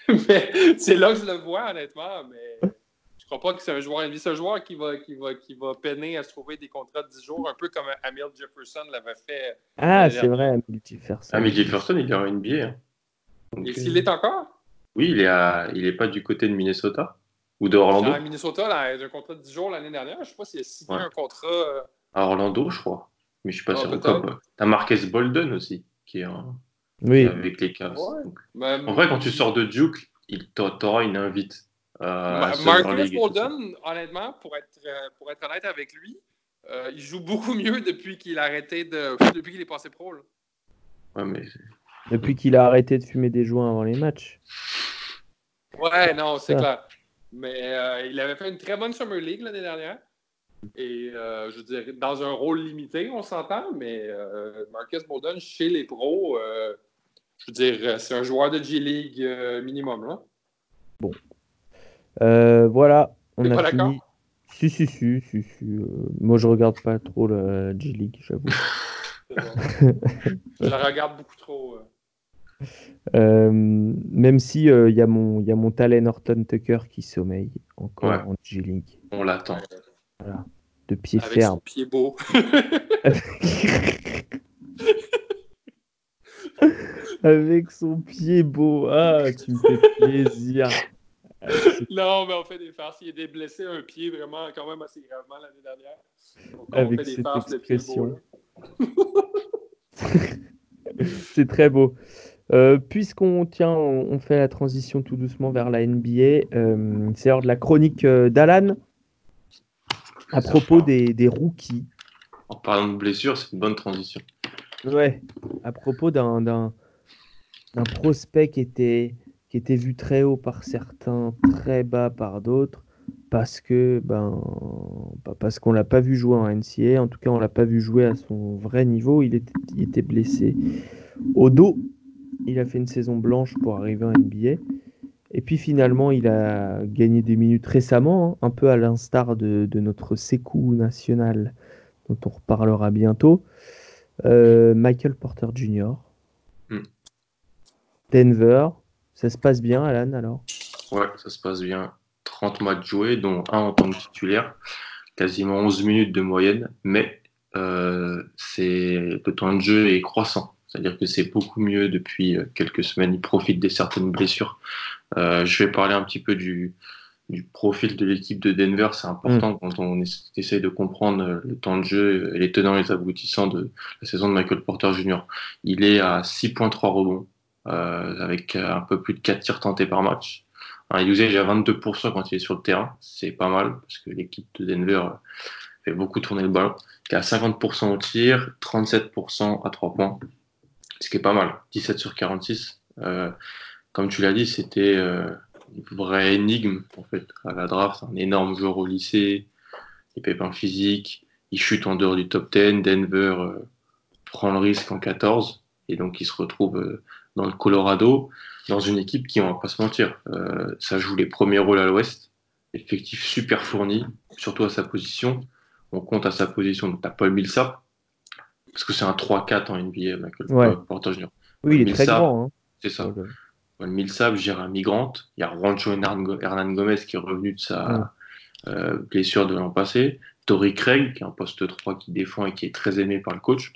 mais c'est là que je le vois, honnêtement. Mais je crois pas que c'est un joueur N B A. C'est un joueur qui va, qui, va, qui va peiner à se trouver des contrats de dix jours, un peu comme Amir Jefferson l'avait fait. Ah, c'est vrai, Amir Jefferson. Amir Jefferson, il est en N B A. Hein. Donc, Et s'il euh... est encore? Oui, il est, à... il est pas du côté de Minnesota ou de Orlando. À Minnesota, là, il a un contrat de dix jours l'année dernière. Je sais pas s'il a signé ouais. un contrat. Euh... À Orlando, je crois. Mais je suis pas ah, sûr. Comme, t'as Marques Bolden aussi, qui est, en... oui. qui est avec les Cavs. Ouais. Donc... En vrai, quand tu sors de Duke, il t'aura une invite. Euh, Marques Bolden, honnêtement, pour être, pour être honnête avec lui, euh, il joue beaucoup mieux depuis qu'il a arrêté de. depuis qu'il est passé pro. Là. Ouais, mais. Depuis qu'il a arrêté de fumer des joints avant les matchs. Ouais, non, c'est ah. clair. Mais euh, il avait fait une très bonne Summer League l'année dernière. Et euh, je veux dire, dans un rôle limité, on s'entend, mais euh, Marques Bolden, chez les pros, euh, je veux dire, c'est un joueur de G-League euh, minimum. Là. Bon. Euh, voilà, on T'es a pas fini. D'accord? Si, si, si. si, si. Euh, moi, je regarde pas trop la G-League, j'avoue. Je la regarde beaucoup trop. Euh... Euh, même si il euh, y a mon il y a mon Talen Horton Tucker qui sommeille encore ouais. en G-League. On l'attend. Voilà. De pied Avec ferme. Son pied beau. Avec son pied beau. Ah, tu me fais plaisir. Non, mais on fait des farces. Il est blessé un pied vraiment quand même assez gravement l'année dernière. Donc, on Avec fait des cette farces expression. De pied beau. C'est très beau. Euh, puisqu'on tient, on, on fait la transition tout doucement vers la N B A, euh, c'est l'heure de la chronique euh, d'Alan à propos des, des rookies. En parlant de blessures, c'est une bonne transition. Ouais, à propos d'un, d'un, d'un prospect qui était, qui était vu très haut par certains, très bas par d'autres, parce que ben, parce qu'on l'a pas vu jouer en N C A A, en tout cas on l'a pas vu jouer à son vrai niveau, il était, il était blessé au dos. Il a fait une saison blanche pour arriver en N B A. Et puis finalement, il a gagné des minutes récemment, hein, un peu à l'instar de, de notre Sekou national, dont on reparlera bientôt. Euh, Michael Porter Junior Mm. Denver, ça se passe bien, Alan, alors? Ouais, ça se passe bien. trente matchs joués, dont un en tant que titulaire. Quasiment onze minutes de moyenne, mais euh, c'est, le temps de jeu est croissant. C'est-à-dire que c'est beaucoup mieux depuis quelques semaines. Il profite de certaines blessures. Euh, je vais parler un petit peu du, du profil de l'équipe de Denver. C'est important mmh. quand on essaie de comprendre le temps de jeu et les tenants et les aboutissants de la saison de Michael Porter Junior Il est à six virgule trois rebonds, euh, avec un peu plus de quatre tirs tentés par match. Un usage à vingt-deux pour cent quand il est sur le terrain. C'est pas mal, parce que l'équipe de Denver fait beaucoup tourner le ballon. Il est à cinquante pour cent au tir, trente-sept pour cent à trois points. Ce qui est pas mal, dix-sept sur quarante-six. Euh, comme tu l'as dit, c'était euh, une vraie énigme en fait à la draft. Un énorme joueur au lycée, des pépins physiques, il chute en dehors du top dix. Denver euh, prend le risque en quatorze et donc il se retrouve euh, dans le Colorado, dans une équipe qui, on va pas se mentir, euh, ça joue les premiers rôles à l'Ouest. Effectif super fourni, surtout à sa position. On compte à sa position, donc t'as Paul Millsap. Parce que c'est un trois quatre en N B A, Michael ouais. Porter Junior Oui, il est Millsap, très grand. Hein. C'est ça. Okay. Ouais, Millsap, Gérard Migrant. Il y a Rancho Hernan Gomez qui est revenu de sa ouais. euh, blessure de l'an passé. Torrey Craig, qui est un poste trois qui défend et qui est très aimé par le coach.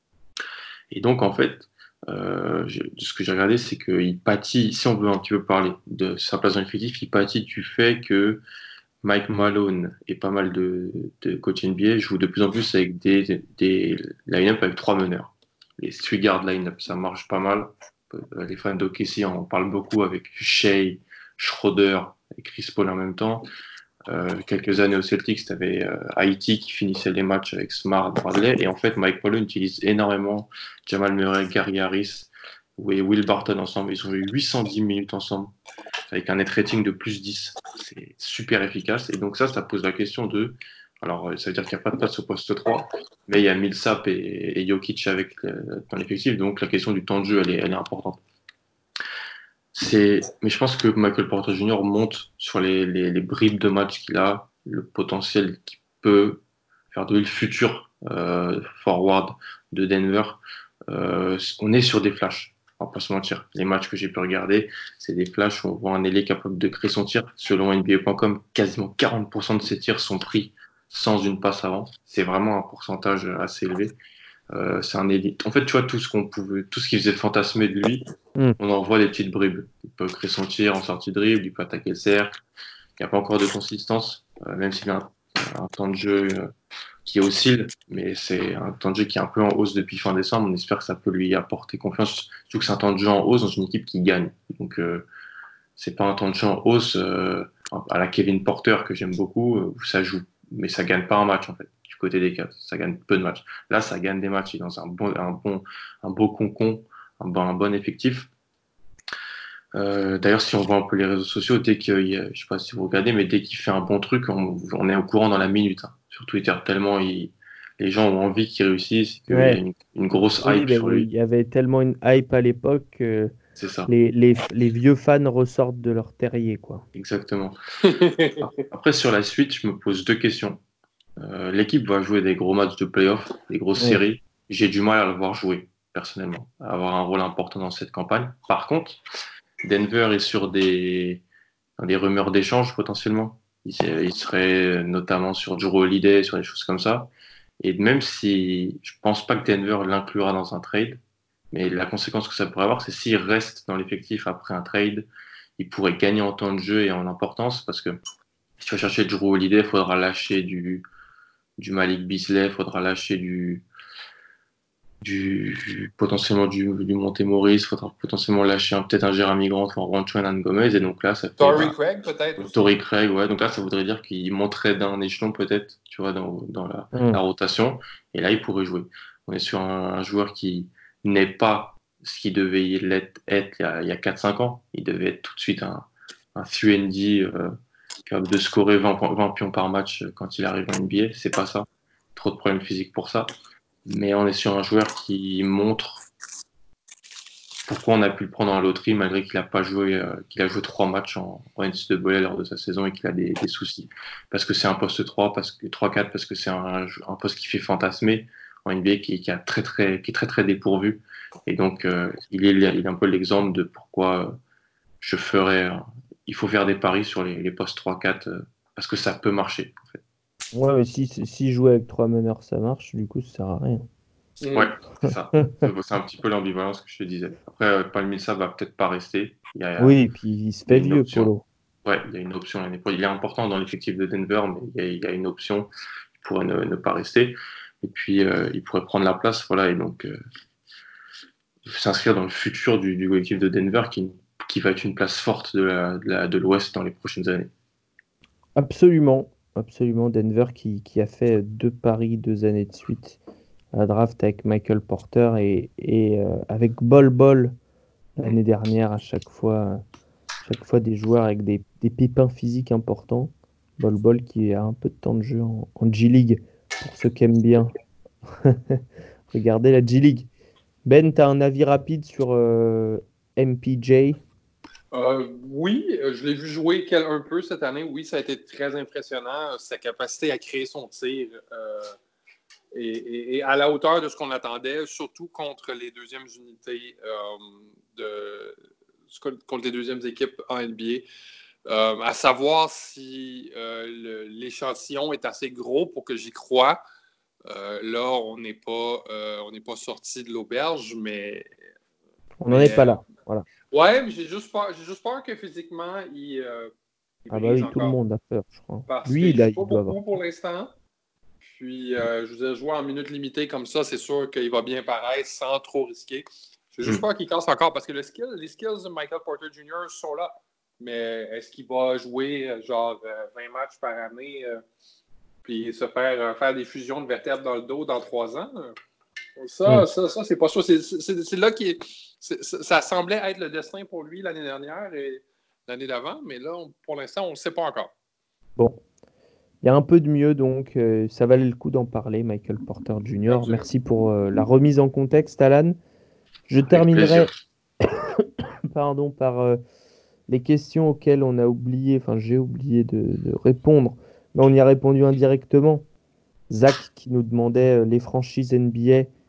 Et donc, en fait, euh, je, ce que j'ai regardé, c'est qu'il pâtit, si on veut un petit peu parler de sa place dans l'effectif, il pâtit du fait que Mike Malone et pas mal de, de coachs N B A jouent de plus en plus avec des, des, des line-up avec trois meneurs. Les three-guard line-up, ça marche pas mal. Les fans d'O K C en parlent beaucoup avec Shea, Schroeder et Chris Paul en même temps. Euh, quelques années au Celtics, tu avais euh, Haïti qui finissait les matchs avec Smart, Bradley. Et en fait, Mike Malone utilise énormément Jamal Murray, Gary Harris et Will Barton ensemble. Ils ont eu huit cent dix minutes ensemble, avec un net rating de plus dix. C'est super efficace. Et donc ça, ça pose la question de... Alors, ça veut dire qu'il n'y a pas de place au poste trois, mais il y a Millsap et, et Jokic avec, euh, dans l'effectif. Donc la question du temps de jeu, elle est, elle est importante. C'est... Mais je pense que Michael Porter Junior monte sur les, les, les bribes de match qu'il a, le potentiel qu'il peut faire de lui le futur euh, forward de Denver. Euh, on est sur des flashs. On va pas se mentir. Les matchs que j'ai pu regarder, c'est des flashs où on voit un ailier capable de créer son tir. Selon N B A point com, quasiment quarante pour cent de ses tirs sont pris sans une passe avant. C'est vraiment un pourcentage assez élevé. Euh, c'est un élite. En fait, tu vois, tout ce qu'on pouvait, tout ce qui faisait fantasmer de lui, mm. on en voit des petites bribes. Il peut créer son tir en sortie de dribble, il peut attaquer le cercle. Il n'y a pas encore de consistance, euh, même s'il a un, un temps de jeu euh, qui oscille, mais c'est un temps de jeu qui est un peu en hausse depuis fin décembre. On espère que ça peut lui apporter confiance, surtout que c'est un temps de jeu en hausse dans une équipe qui gagne. Donc, euh, c'est pas un temps de jeu en hausse euh, à la Kevin Porter que j'aime beaucoup, où ça joue, mais ça gagne pas un match en fait. Du côté des Cavs, ça gagne peu de matchs. Là, ça gagne des matchs. Il est dans un bon, un bon, un beau concon, un bon, un bon effectif. Euh, d'ailleurs, si on voit un peu les réseaux sociaux, dès qu'il, je sais pas si vous regardez, mais dès qu'il fait un bon truc, on, on est au courant dans la minute. Hein, sur Twitter, tellement il, les gens ont envie qu'il réussisse, qu'il ouais. y a une, une grosse oui, hype ben sur oui, lui. Il y avait tellement une hype à l'époque que c'est ça. Les, les, les vieux fans ressortent de leur terrier, quoi. Exactement. Après, sur la suite, je me pose deux questions. Euh, l'équipe va jouer des gros matchs de play-off, des grosses ouais. séries. J'ai du mal à le voir jouer, personnellement, à avoir un rôle important dans cette campagne. Par contre, Denver est sur des, des rumeurs d'échange potentiellement. Il, il serait notamment sur Jrue Holiday, sur des choses comme ça. Et même si je pense pas que Denver l'inclura dans un trade, mais la conséquence que ça pourrait avoir, c'est s'il reste dans l'effectif après un trade, il pourrait gagner en temps de jeu et en importance parce que si tu vas chercher Jrue Holiday, il faudra lâcher du, du Malik Beasley, il faudra lâcher du, du potentiellement du, du Monte Morris, il faudra potentiellement lâcher un, peut-être un Jeremy Grant en Rancho Hernan Gomez, et donc là, ça fait. Torrey bah, Craig, peut-être. Torrey Craig, ouais. Donc là, ça voudrait dire qu'il monterait d'un échelon, peut-être, tu vois, dans, dans la, mm. la rotation, et là, il pourrait jouer. On est sur un, un joueur qui n'est pas ce qu'il devait être, être il y a, il y a quatre cinq ans. Il devait être tout de suite un, un trois and D euh, capable de scorer vingt, vingt pions par match quand il arrive en N B A. C'est pas ça. Trop de problèmes physiques pour ça. Mais on est sur un joueur qui montre pourquoi on a pu le prendre en loterie malgré qu'il a pas joué, euh, qu'il a joué trois matchs en, en N C A A lors de sa saison et qu'il a des, des soucis. Parce que c'est un poste trois, parce que trois quatre, parce que c'est un, un poste qui fait fantasmer en N B A qui, qui, a très, très, qui est très très dépourvu. Et donc, euh, il, est, il est un peu l'exemple de pourquoi je ferais. Euh, il faut faire des paris sur les, les postes trois quatre euh, parce que ça peut marcher. En fait. Ouais, mais si, si jouer avec trois meneurs ça marche, du coup, ça sert à rien. Ouais, c'est ça. C'est un petit peu l'ambivalence que je te disais. Après, Paul Millsap va peut-être pas rester. Il y a, oui, et puis il se fait vieux, Polo. Ouais, il y a une option. Il est important dans l'effectif de Denver, mais il y a, il y a une option. Il pourrait ne, ne pas rester. Et puis, euh, il pourrait prendre la place. Voilà, et donc, euh, s'inscrire dans le futur du, du collectif de Denver qui, qui va être une place forte de, la, de, la, de l'Ouest dans les prochaines années. Absolument. Absolument. Denver qui, qui a fait deux paris deux années de suite à la draft avec Michael Porter et, et euh, avec Bol Bol l'année dernière à chaque fois, chaque fois des joueurs avec des, des pépins physiques importants. Bol Bol qui a un peu de temps de jeu en, en G-League pour ceux qui aiment bien. Regardez la G-League. Ben, tu as un avis rapide sur euh, M P J? Euh, oui, je l'ai vu jouer un peu cette année. Oui, ça a été très impressionnant. Sa capacité à créer son tir euh, et, et, et à la hauteur de ce qu'on attendait, surtout contre les deuxièmes unités, euh, de, contre les deuxièmes équipes en N B A. Euh, à savoir si euh, le, l'échantillon est assez gros pour que j'y croie. Euh, là, on n'est pas, euh, on n'est pas sorti de l'auberge, mais... On n'en est pas là, voilà. Ouais, mais j'ai juste peur, j'ai juste peur que physiquement, il, euh, il ah bah oui, encore. tout le monde a peur, je crois. Parce Lui, qu'il il a joue pas beaucoup avoir. Pour l'instant. Puis, euh, je vous ai joué en minutes limitées comme ça, c'est sûr qu'il va bien paraître sans trop risquer. J'ai juste mm. peur qu'il casse encore, parce que le skill, les skills de Michael Porter Junior sont là. Mais est-ce qu'il va jouer genre vingt matchs par année euh, puis se faire, euh, faire des fusions de vertèbres dans le dos dans trois ans? Ça, mm. ça, ça, c'est pas sûr. C'est, c'est, c'est là qui c'est, ça semblait être le destin pour lui l'année dernière et l'année d'avant, mais là, on, pour l'instant, on ne le sait pas encore. Bon. Il y a un peu de mieux, donc euh, ça valait le coup d'en parler, Michael Porter Junior Absolument. Merci pour euh, la remise en contexte, Alan. Je Avec terminerai pardon, par euh, les questions auxquelles on a oublié, enfin j'ai oublié de, de répondre, mais on y a répondu indirectement. Zach qui nous demandait euh, les franchises N B A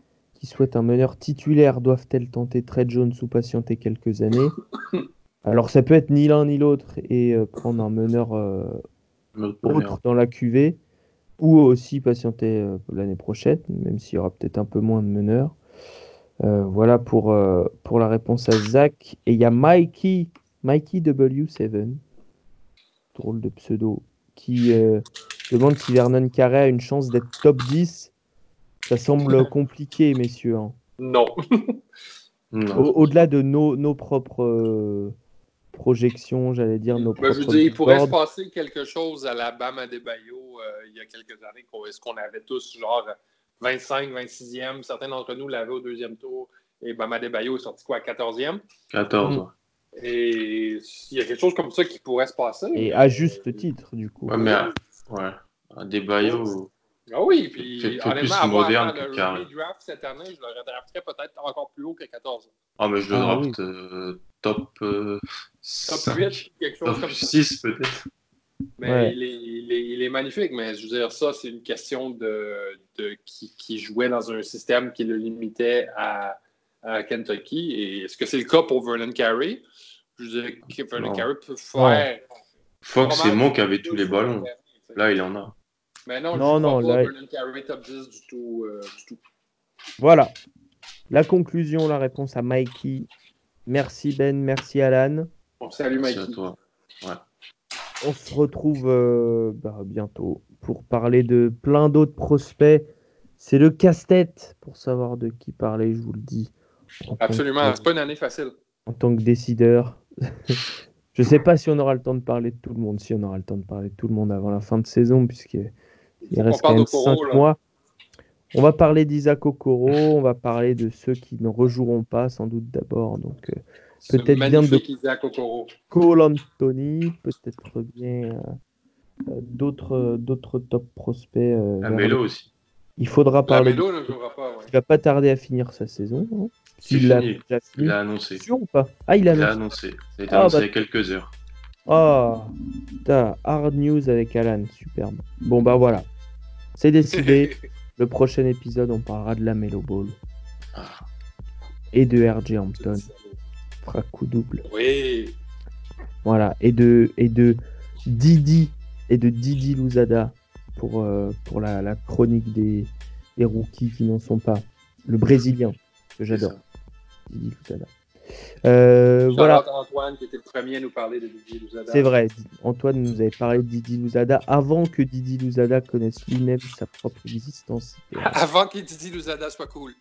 qui souhaite un meneur titulaire. Doivent-elles tenter Trey Jones ou patienter quelques années? Alors, ça peut être ni l'un ni l'autre et euh, prendre un meneur euh, autre dans la Q V, ou aussi patienter euh, l'année prochaine, même s'il y aura peut-être un peu moins de meneurs. Euh, voilà pour, euh, pour la réponse à Zach. Et il y a Mikey, Mikey W sept, drôle de pseudo, qui euh, demande si Vernon Carey a une chance d'être top dix. Ça semble compliqué, messieurs. Hein. Non. Non. Au- au-delà de nos, nos propres euh, projections, j'allais dire nos Ben, je veux propres dire, il pourrait se boards. passer quelque chose à la Bam Adebayo euh, il y a quelques années. qu'on- Est-ce qu'on avait tous genre vingt-cinq, vingt-sixième? Certains d'entre nous l'avaient au deuxième tour. Et Bam Adebayo est sorti quoi, à quatorzième? quatorze. Mm. Ouais. Et il y a quelque chose comme ça qui pourrait se passer. Et à juste titre, du coup. Ouais, mais à- ouais. À Adebayo, Ah oui, puis Fait- fait honnêtement, plus avoir moderne à faire que le Carey. rookie draft cette année, je l'aurais drafté peut-être encore plus haut que quatorze. ah, mais je le Ah, draft euh, top, euh, Top cinq, huit, quelque chose top comme ça. six peut-être. Mais Ouais. il, est, il, est, il est magnifique, mais je veux dire, ça, c'est une question de, de qui, qui jouait dans un système qui le limitait à, à Kentucky. Et est-ce que c'est le cas pour Vernon Carey? Je veux dire, que Vernon Non. Carey peut faire. Fox pas mal et Monk de avaient choses tous les sur le ballons. terrain, tu sais. Là, il en a. Mais non, Non, je ne non, crois pas là- Vernon Carey top dix du tout. euh, du tout. Voilà. La conclusion, la réponse à Mikey. Merci Ben, merci Alan. Bon, salut, Merci Mikey. à toi. On se retrouve euh, bah, bientôt pour parler de plein d'autres prospects. C'est le casse-tête pour savoir de qui parler, je vous le dis. En tant Absolument, que- c'est pas une année facile. en tant que décideur. Je sais pas si on aura le temps de parler de tout le monde, si on aura le temps de parler de tout le monde avant la fin de saison, puisqu'il il On reste quand parle même d'Okoro, cinq là. mois. On va parler d'Isaac Okoro, on va parler de ceux qui ne rejoueront pas, sans doute d'abord. Donc euh, Ce peut-être bien de magnifique Isaac Okoro. Cole Anthony, peut-être bien euh, euh, d'autres euh, d'autres top prospects. euh, vers Amelo le- aussi. Il faudra La parler. Mélo ne jouera pas, ouais. Il va pas tarder à finir sa saison. hein. C'est S'il l'a fini. déjà fini. Il a annoncé. Sûr ou pas? Ah, il a Il a annoncé. annoncé. Ça a été Ah, annoncé bah- il y a quelques heures. Ah, putain, hard news avec Alan, superbe. Bon bah voilà, c'est décidé. Le prochain épisode, on parlera de la Melo Ball et de R J Hampton, fera coup double. Oui. Voilà, et de et de Didi et de Didi Louzada pour euh, pour la, la chronique des, des rookies qui n'en sont pas. Le Brésilien que j'adore, Didi Louzada. Euh, voilà. Voilà. Antoine qui était le premier à nous parler de Didi Louzada. C'est vrai, Antoine nous avait parlé de Didi Louzada avant que Didi Louzada connaisse lui-même sa propre existence. Avant que Didi Louzada soit cool.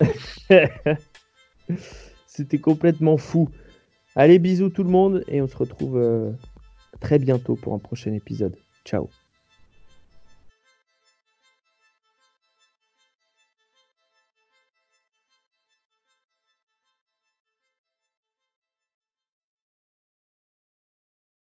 C'était complètement fou. Allez, bisous tout le monde et on se retrouve euh, très bientôt pour un prochain épisode. Ciao.